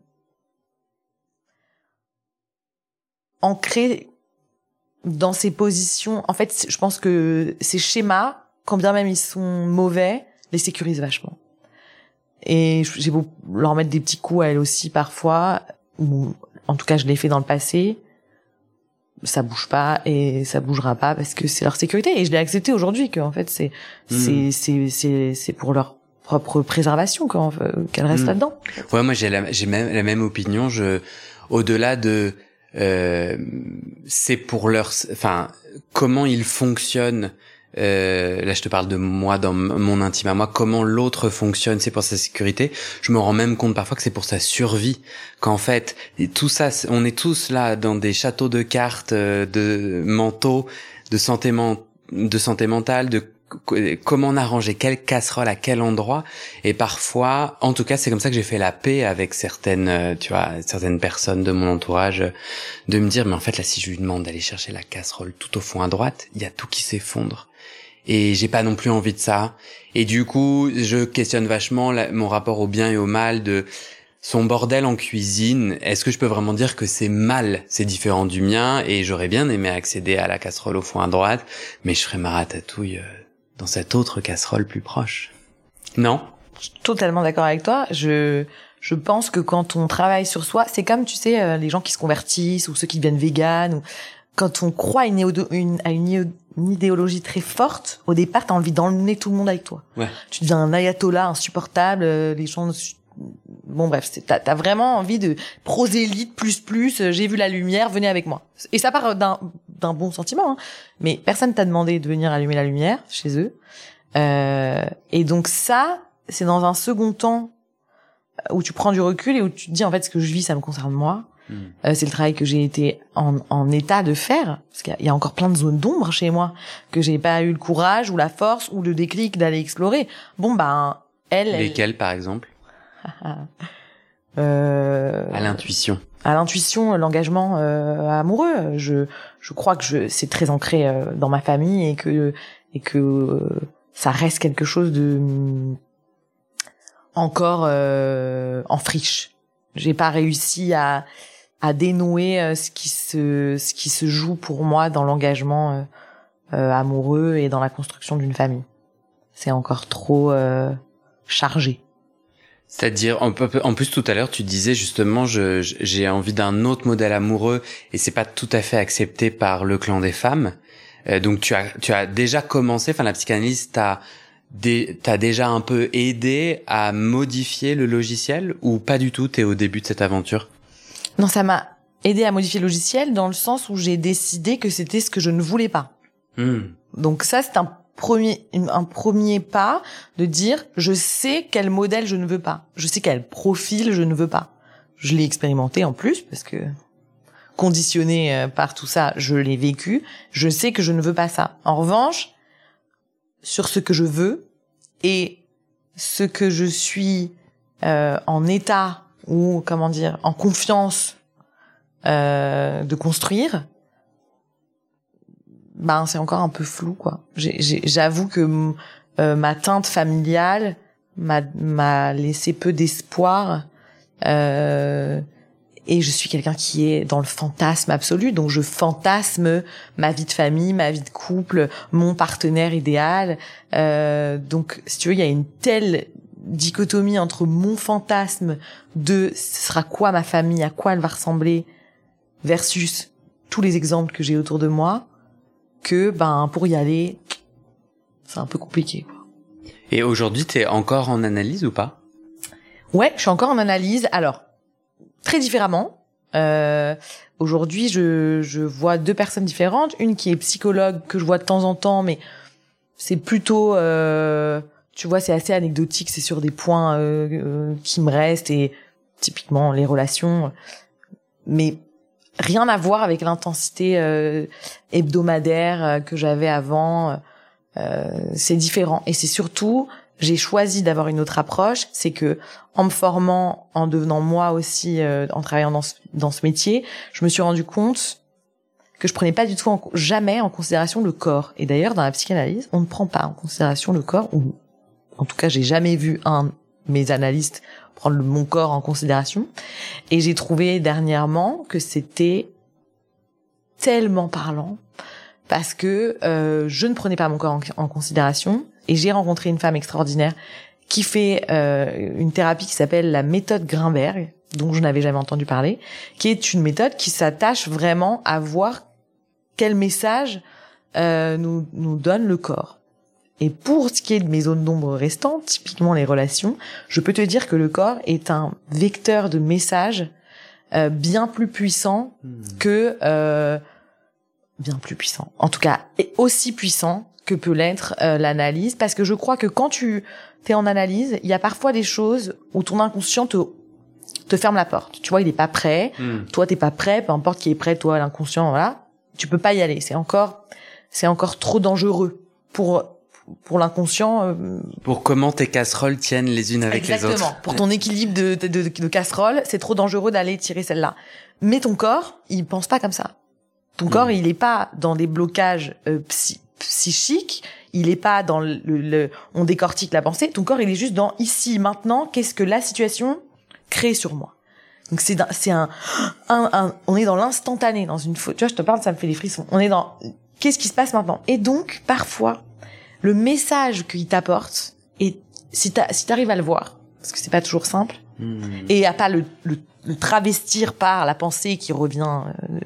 ancrés dans ces positions. En fait, je pense que ces schémas, quand bien même ils sont mauvais, les sécurisent vachement. Et j'ai beau leur mettre des petits coups à elles aussi parfois, ou en tout cas je l'ai fait dans le passé, ça bouge pas et ça bougera pas parce que c'est leur sécurité, et je l'ai accepté aujourd'hui que en fait c'est pour leur propre préservation qu'elles restent là-dedans. Ouais, moi j'ai la même opinion. Au-delà de c'est pour comment ils fonctionnent. Là, je te parle de moi dans mon intime à moi. Comment l'autre fonctionne, c'est pour sa sécurité. Je me rends même compte parfois que c'est pour sa survie. Qu'en fait, tout ça, on est tous là dans des châteaux de cartes, de mentaux, de santé mentale, de comment on arranger quelle casserole à quel endroit. Et parfois, en tout cas, c'est comme ça que j'ai fait la paix avec certaines personnes de mon entourage, de me dire, mais en fait, là, si je lui demande d'aller chercher la casserole tout au fond à droite, il y a tout qui s'effondre. Et j'ai pas non plus envie de ça. Et du coup, je questionne vachement mon rapport au bien et au mal, de son bordel en cuisine. Est-ce que je peux vraiment dire que c'est mal? C'est différent du mien, et j'aurais bien aimé accéder à la casserole au fond à droite, mais je ferais ma ratatouille dans cette autre casserole plus proche. Non? Je suis totalement d'accord avec toi. Je pense que quand on travaille sur soi, c'est comme, tu sais, les gens qui se convertissent ou ceux qui deviennent véganes, ou quand on croit à une idéologie très forte, au départ, t'as envie d'emmener tout le monde avec toi. Ouais. Tu deviens un ayatollah insupportable, les gens... Bon bref, t'as vraiment envie de prosélyte plus, j'ai vu la lumière, venez avec moi. Et ça part d'un bon sentiment, hein. Mais personne t'a demandé de venir allumer la lumière chez eux. Et donc ça, c'est dans un second temps où tu prends du recul et où tu te dis, en fait, ce que je vis, ça me concerne moi. C'est le travail que j'ai été en état de faire, parce qu'il y a encore plein de zones d'ombre chez moi que j'ai pas eu le courage ou la force ou le déclic d'aller explorer. Bon Lesquelles, par exemple? À l'intuition. À l'intuition, l'engagement amoureux. Je crois que c'est très ancré dans ma famille, et que ça reste quelque chose de encore en friche. J'ai pas réussi à dénouer ce qui se joue pour moi dans l'engagement amoureux et dans la construction d'une famille. C'est encore trop chargé. C'est-à-dire, en plus tout à l'heure, tu disais justement, j'ai envie d'un autre modèle amoureux, et c'est pas tout à fait accepté par le clan des femmes. Donc tu as déjà commencé, la psychanalyse t'a déjà un peu aidé à modifier le logiciel, ou pas du tout, t'es au début de cette aventure? Non, ça m'a aidé à modifier le logiciel dans le sens où j'ai décidé que c'était ce que je ne voulais pas. Donc ça, c'est un premier pas de dire, je sais quel modèle je ne veux pas. Je sais quel profil je ne veux pas. Je l'ai expérimenté en plus, parce que conditionné par tout ça, je l'ai vécu. Je sais que je ne veux pas ça. En revanche, sur ce que je veux et ce que je suis en état, ou en confiance de construire, c'est encore un peu flou, quoi. J'avoue que ma teinte familiale m'a laissé peu d'espoir, et je suis quelqu'un qui est dans le fantasme absolu, donc je fantasme ma vie de famille, ma vie de couple, mon partenaire idéal. Donc, si tu veux, il y a une telle dichotomie entre mon fantasme de ce sera quoi ma famille, à quoi elle va ressembler, versus tous les exemples que j'ai autour de moi, que pour y aller, c'est un peu compliqué, quoi. Et aujourd'hui, t'es encore en analyse ou pas? Ouais, je suis encore en analyse. Alors, très différemment. Aujourd'hui, je vois 2 personnes différentes. Une qui est psychologue, que je vois de temps en temps, mais c'est plutôt, tu vois, c'est assez anecdotique. C'est sur des points qui me restent, et typiquement les relations. Mais rien à voir avec l'intensité hebdomadaire que j'avais avant. C'est différent. Et c'est surtout, j'ai choisi d'avoir une autre approche. C'est que, en me formant, en devenant moi aussi, en travaillant dans ce métier, je me suis rendu compte que je prenais pas du tout jamais en considération le corps. Et d'ailleurs, dans la psychanalyse, on ne prend pas en considération le corps, ou en tout cas, j'ai jamais vu un de mes analystes prendre mon corps en considération. Et j'ai trouvé dernièrement que c'était tellement parlant, parce que je ne prenais pas mon corps en considération. Et j'ai rencontré une femme extraordinaire qui fait une thérapie qui s'appelle la méthode Grinberg, dont je n'avais jamais entendu parler, qui est une méthode qui s'attache vraiment à voir quel message nous donne le corps. Et pour ce qui est de mes zones d'ombre restantes, typiquement les relations, je peux te dire que le corps est un vecteur de message bien plus puissant que... bien plus puissant. En tout cas, aussi puissant que peut l'être l'analyse. Parce que je crois que quand tu es en analyse, il y a parfois des choses où ton inconscient te ferme la porte. Tu vois, il est pas prêt. Toi, t'es pas prêt. Peu importe qui est prêt, toi, l'inconscient, voilà. Tu peux pas y aller. C'est encore trop dangereux pour l'inconscient. Pour comment tes casseroles tiennent les unes avec les autres. Exactement. Pour ton équilibre de casserole, c'est trop dangereux d'aller tirer celle-là. Mais ton corps, il pense pas comme ça. Ton corps, il est pas dans des blocages psychiques. Il est pas dans on décortique la pensée. Ton corps, il est juste dans ici, maintenant. Qu'est-ce que la situation crée sur moi? Donc on est dans l'instantané, dans une faute. Tu vois, je te parle, ça me fait des frissons. On est dans qu'est-ce qui se passe maintenant? Et donc, parfois, le message qu'il t'apporte, et si t'arrives à le voir, parce que c'est pas toujours simple, et à pas le travestir par la pensée qui revient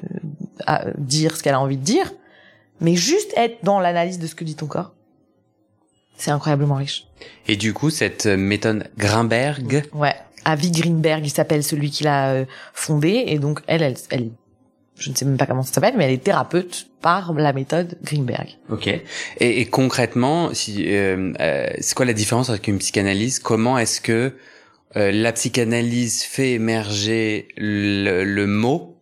à dire ce qu'elle a envie de dire, mais juste être dans l'analyse de ce que dit ton corps, c'est incroyablement riche. Et du coup, cette méthode Grinberg... Ouais, Avi Grinberg, il s'appelle celui qui l'a fondé, et donc elle, je ne sais même pas comment ça s'appelle, mais elle est thérapeute par la méthode Grinberg. Ok. Et concrètement, c'est quoi la différence avec une psychanalyse? Comment est-ce que la psychanalyse fait émerger le mot,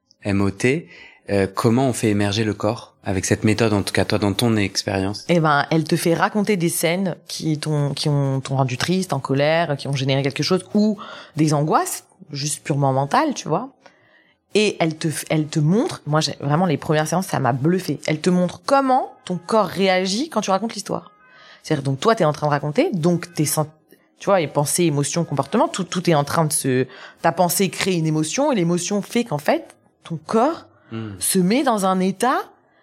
MOT, comment on fait émerger le corps avec cette méthode, en tout cas toi dans ton expérience? Eh ben, elle te fait raconter des scènes qui t'ont rendu triste, en colère, qui ont généré quelque chose, ou des angoisses juste purement mentales, tu vois. Et elle te montre, moi vraiment les premières séances ça m'a bluffé. Elle te montre comment ton corps réagit quand tu racontes l'histoire. C'est-à-dire donc toi t'es en train de raconter, donc tu vois, les pensées, émotions, comportements, tout est en train de ta pensée crée une émotion, et l'émotion fait qu'en fait ton corps se met dans un état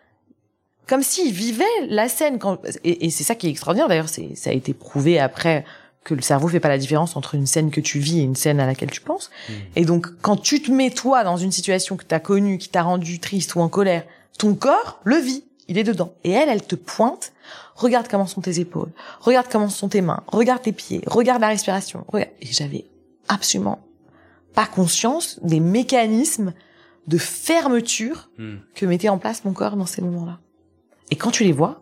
comme s'il vivait la scène. Et c'est ça qui est extraordinaire d'ailleurs, ça a été prouvé après que le cerveau fait pas la différence entre une scène que tu vis et une scène à laquelle tu penses. Et donc quand tu te mets toi dans une situation que t'as connue, qui t'a rendu triste ou en colère, ton corps le vit, il est dedans. Et elle te pointe, regarde comment sont tes épaules, regarde comment sont tes mains, regarde tes pieds, regarde la respiration. Regarde. Et j'avais absolument pas conscience des mécanismes de fermeture que mettait en place mon corps dans ces moments-là. Et quand tu les vois,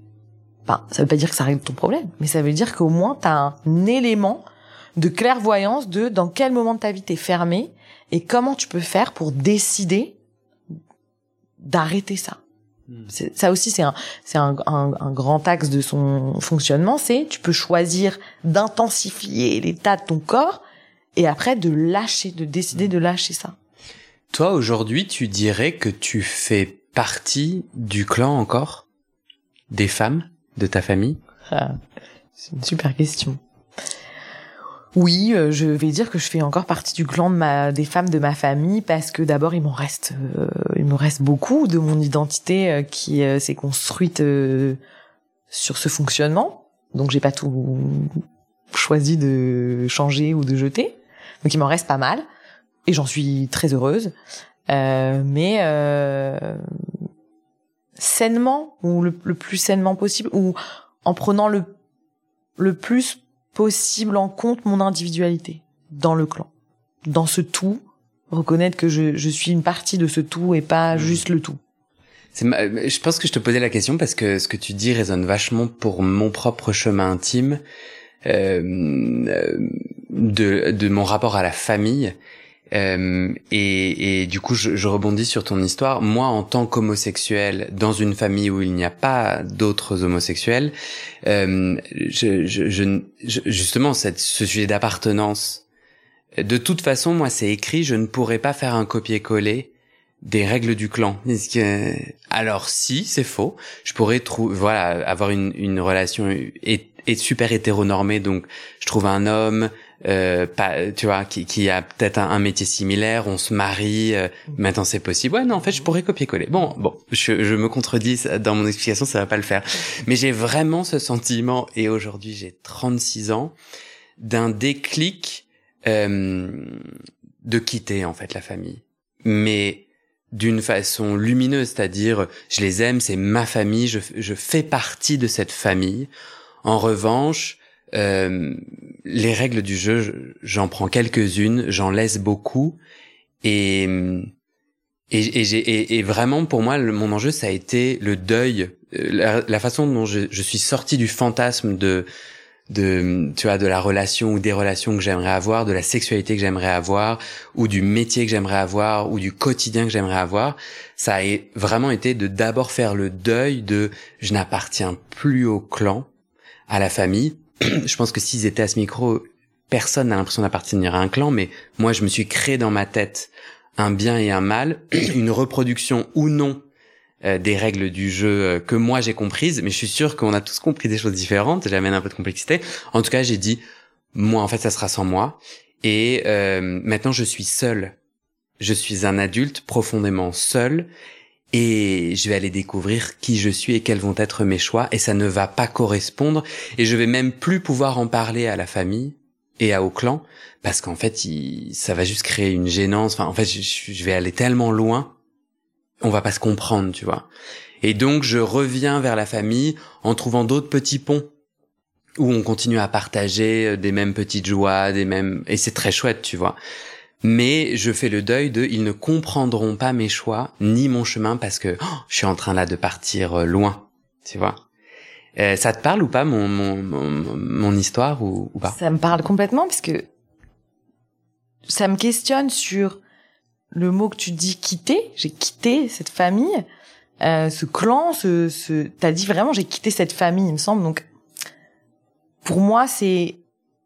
ça veut pas dire que ça règle ton problème, mais ça veut dire qu'au moins t'as un élément de clairvoyance de dans quel moment de ta vie t'es fermé et comment tu peux faire pour décider d'arrêter ça. Ça aussi, c'est un grand axe de son fonctionnement, c'est tu peux choisir d'intensifier l'état de ton corps et après de décider de lâcher ça. Toi, aujourd'hui, tu dirais que tu fais partie du clan encore des femmes de ta famille? C'est une super question. Oui, je vais dire que je fais encore partie du clan des femmes de ma famille parce que d'abord il me reste beaucoup de mon identité qui s'est construite sur ce fonctionnement. Donc j'ai pas tout choisi de changer ou de jeter. Donc il m'en reste pas mal et j'en suis très heureuse. Mais sainement ou le plus sainement possible ou en prenant le plus possible en compte mon individualité dans le clan. dans ce tout, reconnaître que je suis une partie de ce tout et pas juste le tout. Je pense que je te posais la question parce que ce que tu dis résonne vachement pour mon propre chemin intime de mon rapport à la famille. Et du coup, je rebondis sur ton histoire. Moi, en tant qu'homosexuel, dans une famille où il n'y a pas d'autres homosexuels, justement, ce sujet d'appartenance, de toute façon, moi, c'est écrit, je ne pourrais pas faire un copier-coller des règles du clan. Alors si, c'est faux, je pourrais avoir une relation et super hétéronormée, donc je trouve un homme tu vois, qui a peut-être un métier similaire, on se marie, maintenant c'est possible. Ouais, non, en fait, je pourrais copier-coller. Bon, je me contredis dans mon explication, ça va pas le faire. Mais j'ai vraiment ce sentiment, et aujourd'hui j'ai 36 ans, d'un déclic de quitter en fait la famille. Mais d'une façon lumineuse, c'est-à-dire je les aime, c'est ma famille, je fais partie de cette famille. En revanche, les règles du jeu, j'en prends quelques-unes, j'en laisse beaucoup, et vraiment pour moi mon enjeu ça a été le deuil, la façon dont je suis sorti du fantasme de tu vois, de la relation ou des relations que j'aimerais avoir, de la sexualité que j'aimerais avoir, ou du métier que j'aimerais avoir, ou du quotidien que j'aimerais avoir. Ça a vraiment été de d'abord faire le deuil de je n'appartiens plus au clan, à la famille. Je pense que s'ils étaient à ce micro, personne n'a l'impression d'appartenir à un clan, mais moi je me suis créé dans ma tête un bien et un mal, une reproduction ou non des règles du jeu que moi j'ai comprises, mais je suis sûr qu'on a tous compris des choses différentes, j'amène un peu de complexité. En tout cas, j'ai dit, moi en fait ça sera sans moi, et maintenant je suis seul. Je suis un adulte profondément seul, et je vais aller découvrir qui je suis et quels vont être mes choix, et ça ne va pas correspondre, et je vais même plus pouvoir en parler à la famille et au clan, parce qu'en fait ça va juste créer une gênance. Enfin en fait je vais aller tellement loin, on va pas se comprendre, tu vois. Et donc je reviens vers la famille en trouvant d'autres petits ponts où on continue à partager des mêmes petites joies, et c'est très chouette, tu vois. Mais je fais le deuil ils ne comprendront pas mes choix ni mon chemin parce que je suis en train là de partir loin, tu vois. Ça te parle ou pas mon histoire ou pas? Ça me parle complètement parce que ça me questionne sur le mot que tu dis quitter. J'ai quitté cette famille, ce clan, t'as dit vraiment j'ai quitté cette famille, il me semble. Donc pour moi c'est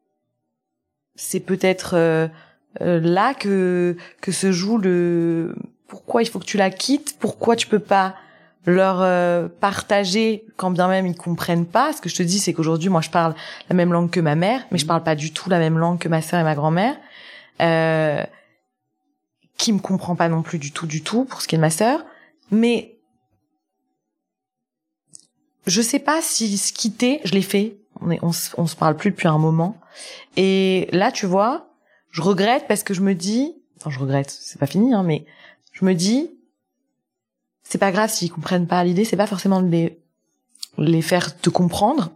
peut-être là que se joue le pourquoi il faut que tu la quittes, pourquoi tu peux pas leur partager quand bien même ils comprennent pas. Ce que je te dis c'est qu'aujourd'hui moi je parle la même langue que ma mère, mais je parle pas du tout la même langue que ma sœur et ma grand-mère, qui me comprend pas non plus du tout pour ce qui est de ma sœur. Mais je sais pas si se quitter, je l'ai fait, on se parle plus depuis un moment, et là tu vois je regrette parce que je me dis, enfin je regrette, c'est pas fini, hein, mais je me dis, c'est pas grave s'ils comprennent pas l'idée, c'est pas forcément de les faire te comprendre,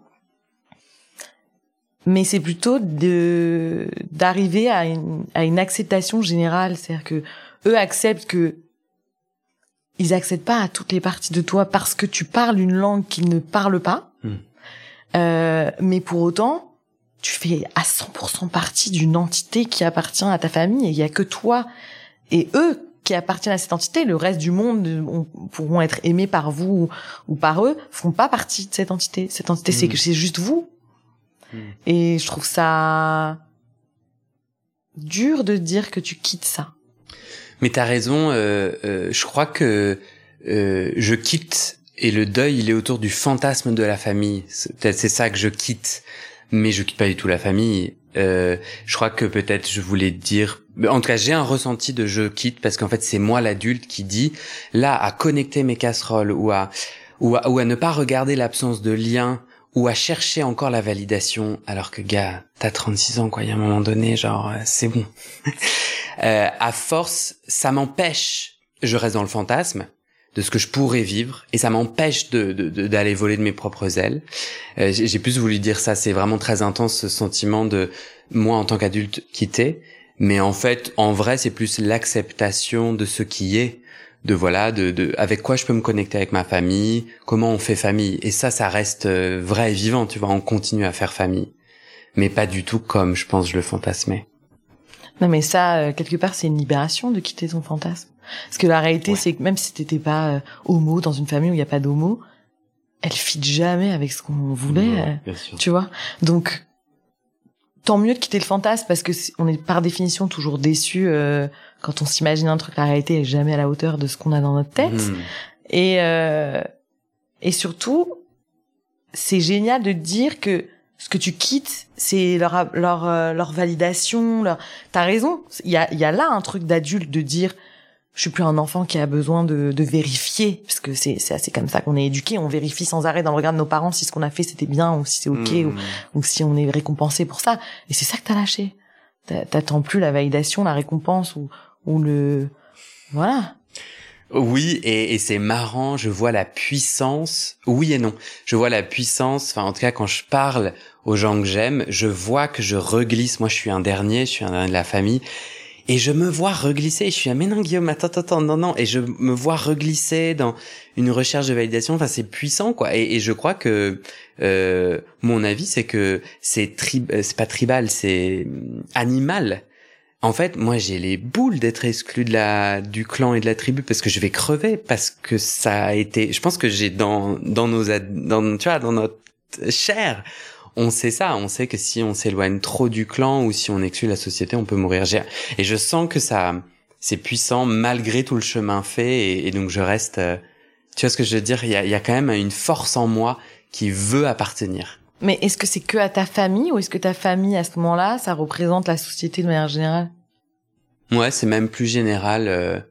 mais c'est plutôt d'arriver à une acceptation générale, c'est-à-dire que eux acceptent que ils accèdent pas à toutes les parties de toi parce que tu parles une langue qu'ils ne parlent pas, mais pour autant tu fais à 100% partie d'une entité qui appartient à ta famille, et il y a que toi et eux qui appartiennent à cette entité. Le reste du monde pourront être aimés par vous ou par eux, font pas partie de cette entité. Cette entité, c'est juste vous. Et je trouve ça dur de dire que tu quittes ça. Mais t'as raison, je crois que je quitte, et le deuil, il est autour du fantasme de la famille. Peut-être c'est ça que je quitte. Mais je quitte pas du tout la famille. Je crois que peut-être je voulais dire, en tout cas j'ai un ressenti de je quitte parce qu'en fait c'est moi l'adulte qui dit là à connecter mes casseroles ou à ne pas regarder l'absence de lien ou à chercher encore la validation, alors que gars t'as 36 ans quoi, il y a un moment donné genre c'est bon. À force ça m'empêche, je reste dans le fantasme de ce que je pourrais vivre, et ça m'empêche d'aller voler de mes propres ailes. J'ai plus voulu dire ça, c'est vraiment très intense ce sentiment de moi en tant qu'adulte quitté. Mais en fait, en vrai, c'est plus l'acceptation de ce qui est, de avec quoi je peux me connecter avec ma famille, comment on fait famille. Et ça reste vrai et vivant, tu vois, on continue à faire famille. Mais pas du tout comme, je pense, je le fantasmais. Non, mais ça, quelque part, c'est une libération de quitter ton fantasme. Parce que la réalité, c'est que même si t'étais pas homo dans une famille où il y a pas d'homo, elle fit jamais avec ce qu'on voulait, bien sûr. Tu vois. Donc, tant mieux de quitter le fantasme parce que on est par définition toujours déçu quand on s'imagine un truc. La réalité est jamais à la hauteur de ce qu'on a dans notre tête. Et surtout, c'est génial de dire que ce que tu quittes, c'est leur validation. T'as raison. Il y a là un truc d'adulte de dire je suis plus un enfant qui a besoin de vérifier, parce que c'est assez comme ça qu'on est éduqué. On vérifie sans arrêt dans le regard de nos parents si ce qu'on a fait c'était bien ou si c'est ok ou si on est récompensé pour ça. Et c'est ça que t'as lâché. T'attends plus la validation, la récompense ou le voilà. Oui, et c'est marrant, je vois la puissance, oui et non, je vois la puissance, enfin en tout cas quand je parle aux gens que j'aime, je vois que je reglisse, moi je suis un dernier de la famille, et je me vois reglisser, je suis mais non Guillaume, attends, non, et je me vois reglisser dans une recherche de validation, enfin c'est puissant quoi, et je crois que mon avis c'est que c'est pas tribal, c'est animal. En fait, moi, j'ai les boules d'être exclu du clan et de la tribu parce que je vais crever, parce que ça a été, je pense que j'ai dans notre chair, on sait ça, on sait que si on s'éloigne trop du clan ou si on exclut la société, on peut mourir. Et je sens que ça, c'est puissant malgré tout le chemin fait et donc je reste, tu vois ce que je veux dire? Il y a quand même une force en moi qui veut appartenir. Mais est-ce que c'est que à ta famille ou est-ce que ta famille, à ce moment-là, ça représente la société de manière générale? Ouais, c'est même plus général.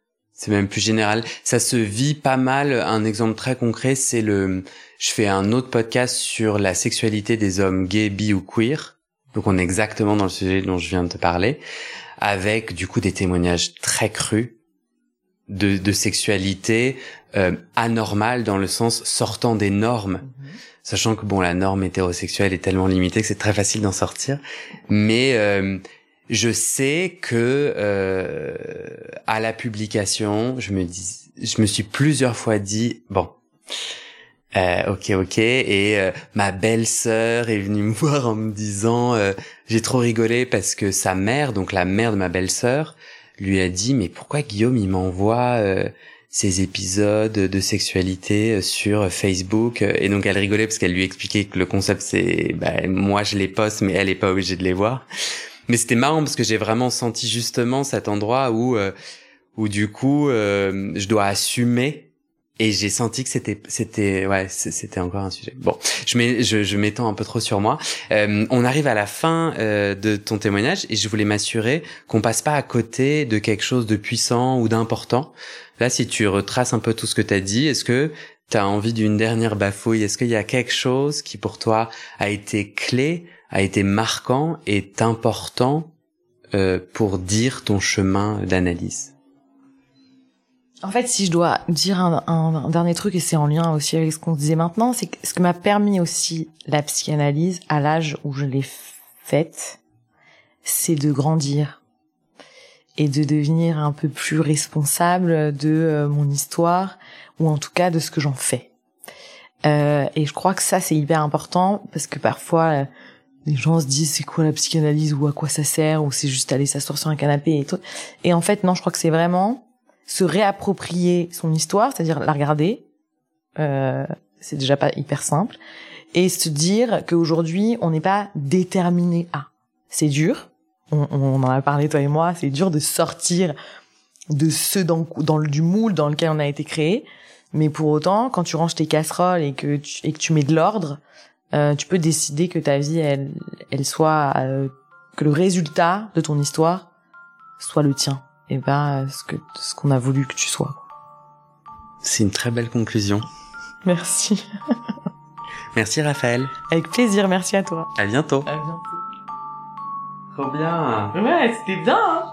Ça se vit pas mal. Un exemple très concret, c'est je fais un autre podcast sur la sexualité des hommes gays, bi ou queer. Donc on est exactement dans le sujet dont je viens de te parler. Avec, du coup, des témoignages très crus de sexualité anormale dans le sens sortant des normes. Sachant que la norme hétérosexuelle est tellement limitée que c'est très facile d'en sortir. Mais je sais que à la publication, je me suis plusieurs fois dit ok. Et ma belle-sœur est venue me voir en me disant j'ai trop rigolé parce que sa mère, donc la mère de ma belle-sœur, lui a dit mais pourquoi Guillaume il m'envoie ces épisodes de sexualité sur Facebook, et donc elle rigolait parce qu'elle lui expliquait que le concept c'est moi je les poste mais elle est pas obligée de les voir. Mais c'était marrant parce que j'ai vraiment senti justement cet endroit où du coup je dois assumer, et j'ai senti que c'était encore un sujet. Bon, je m'étends un peu trop sur moi. On arrive à la fin de ton témoignage et je voulais m'assurer qu'on passe pas à côté de quelque chose de puissant ou d'important. Là, si tu retraces un peu tout ce que t'as dit, est-ce que t'as envie d'une dernière bafouille? Est-ce qu'il y a quelque chose qui pour toi a été clé, a été marquant et est important pour dire ton chemin d'analyse? En fait, si je dois dire un dernier truc, et c'est en lien aussi avec ce qu'on se disait maintenant, c'est que ce que m'a permis aussi la psychanalyse à l'âge où je l'ai faite, c'est de grandir et de devenir un peu plus responsable de mon histoire, ou en tout cas de ce que j'en fais. Et je crois que ça, c'est hyper important, parce que parfois, les gens se disent c'est quoi la psychanalyse, ou à quoi ça sert, ou c'est juste aller s'asseoir sur un canapé et tout. Et en fait, non, je crois que c'est vraiment se réapproprier son histoire, c'est-à-dire la regarder, c'est déjà pas hyper simple, et se dire qu'aujourd'hui, on n'est pas déterminé à. C'est dur, on en a parlé toi et moi, c'est dur de sortir de du moule dans lequel on a été créé, mais pour autant, quand tu ranges tes casseroles et que tu mets de l'ordre, tu peux décider que ta vie, elle soit, que le résultat de ton histoire soit le tien, et pas ce qu'on a voulu que tu sois. C'est une très belle conclusion. Merci. Merci Raphaël. Avec plaisir, merci à toi. À bientôt. À bientôt. Trop bien. Ouais, c'était bien, hein.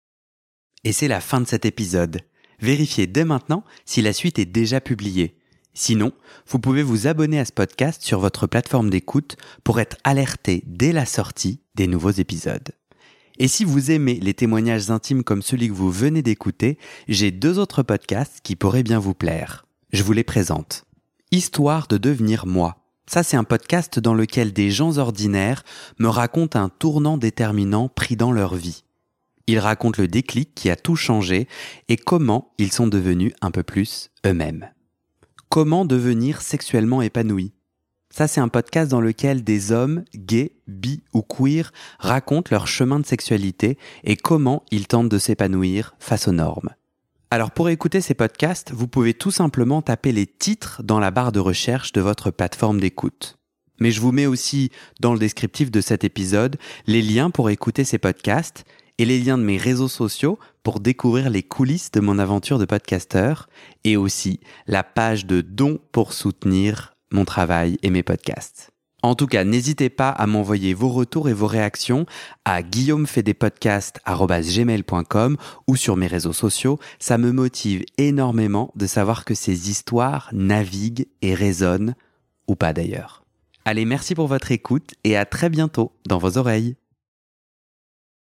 Et c'est la fin de cet épisode. Vérifiez dès maintenant si la suite est déjà publiée. Sinon, vous pouvez vous abonner à ce podcast sur votre plateforme d'écoute pour être alerté dès la sortie des nouveaux épisodes. Et si vous aimez les témoignages intimes comme celui que vous venez d'écouter, j'ai 2 autres podcasts qui pourraient bien vous plaire. Je vous les présente. Histoire de devenir moi. Ça, c'est un podcast dans lequel des gens ordinaires me racontent un tournant déterminant pris dans leur vie. Ils racontent le déclic qui a tout changé et comment ils sont devenus un peu plus eux-mêmes. Comment devenir sexuellement épanoui? Ça, c'est un podcast dans lequel des hommes, gays, bi ou queer, racontent leur chemin de sexualité et comment ils tentent de s'épanouir face aux normes. Alors pour écouter ces podcasts, vous pouvez tout simplement taper les titres dans la barre de recherche de votre plateforme d'écoute. Mais je vous mets aussi dans le descriptif de cet épisode les liens pour écouter ces podcasts et les liens de mes réseaux sociaux pour découvrir les coulisses de mon aventure de podcasteur et aussi la page de dons pour soutenir mon travail et mes podcasts. En tout cas, n'hésitez pas à m'envoyer vos retours et vos réactions à guillaumefaidespodcasts@gmail.com ou sur mes réseaux sociaux. Ça me motive énormément de savoir que ces histoires naviguent et résonnent, ou pas d'ailleurs. Allez, merci pour votre écoute et à très bientôt dans vos oreilles.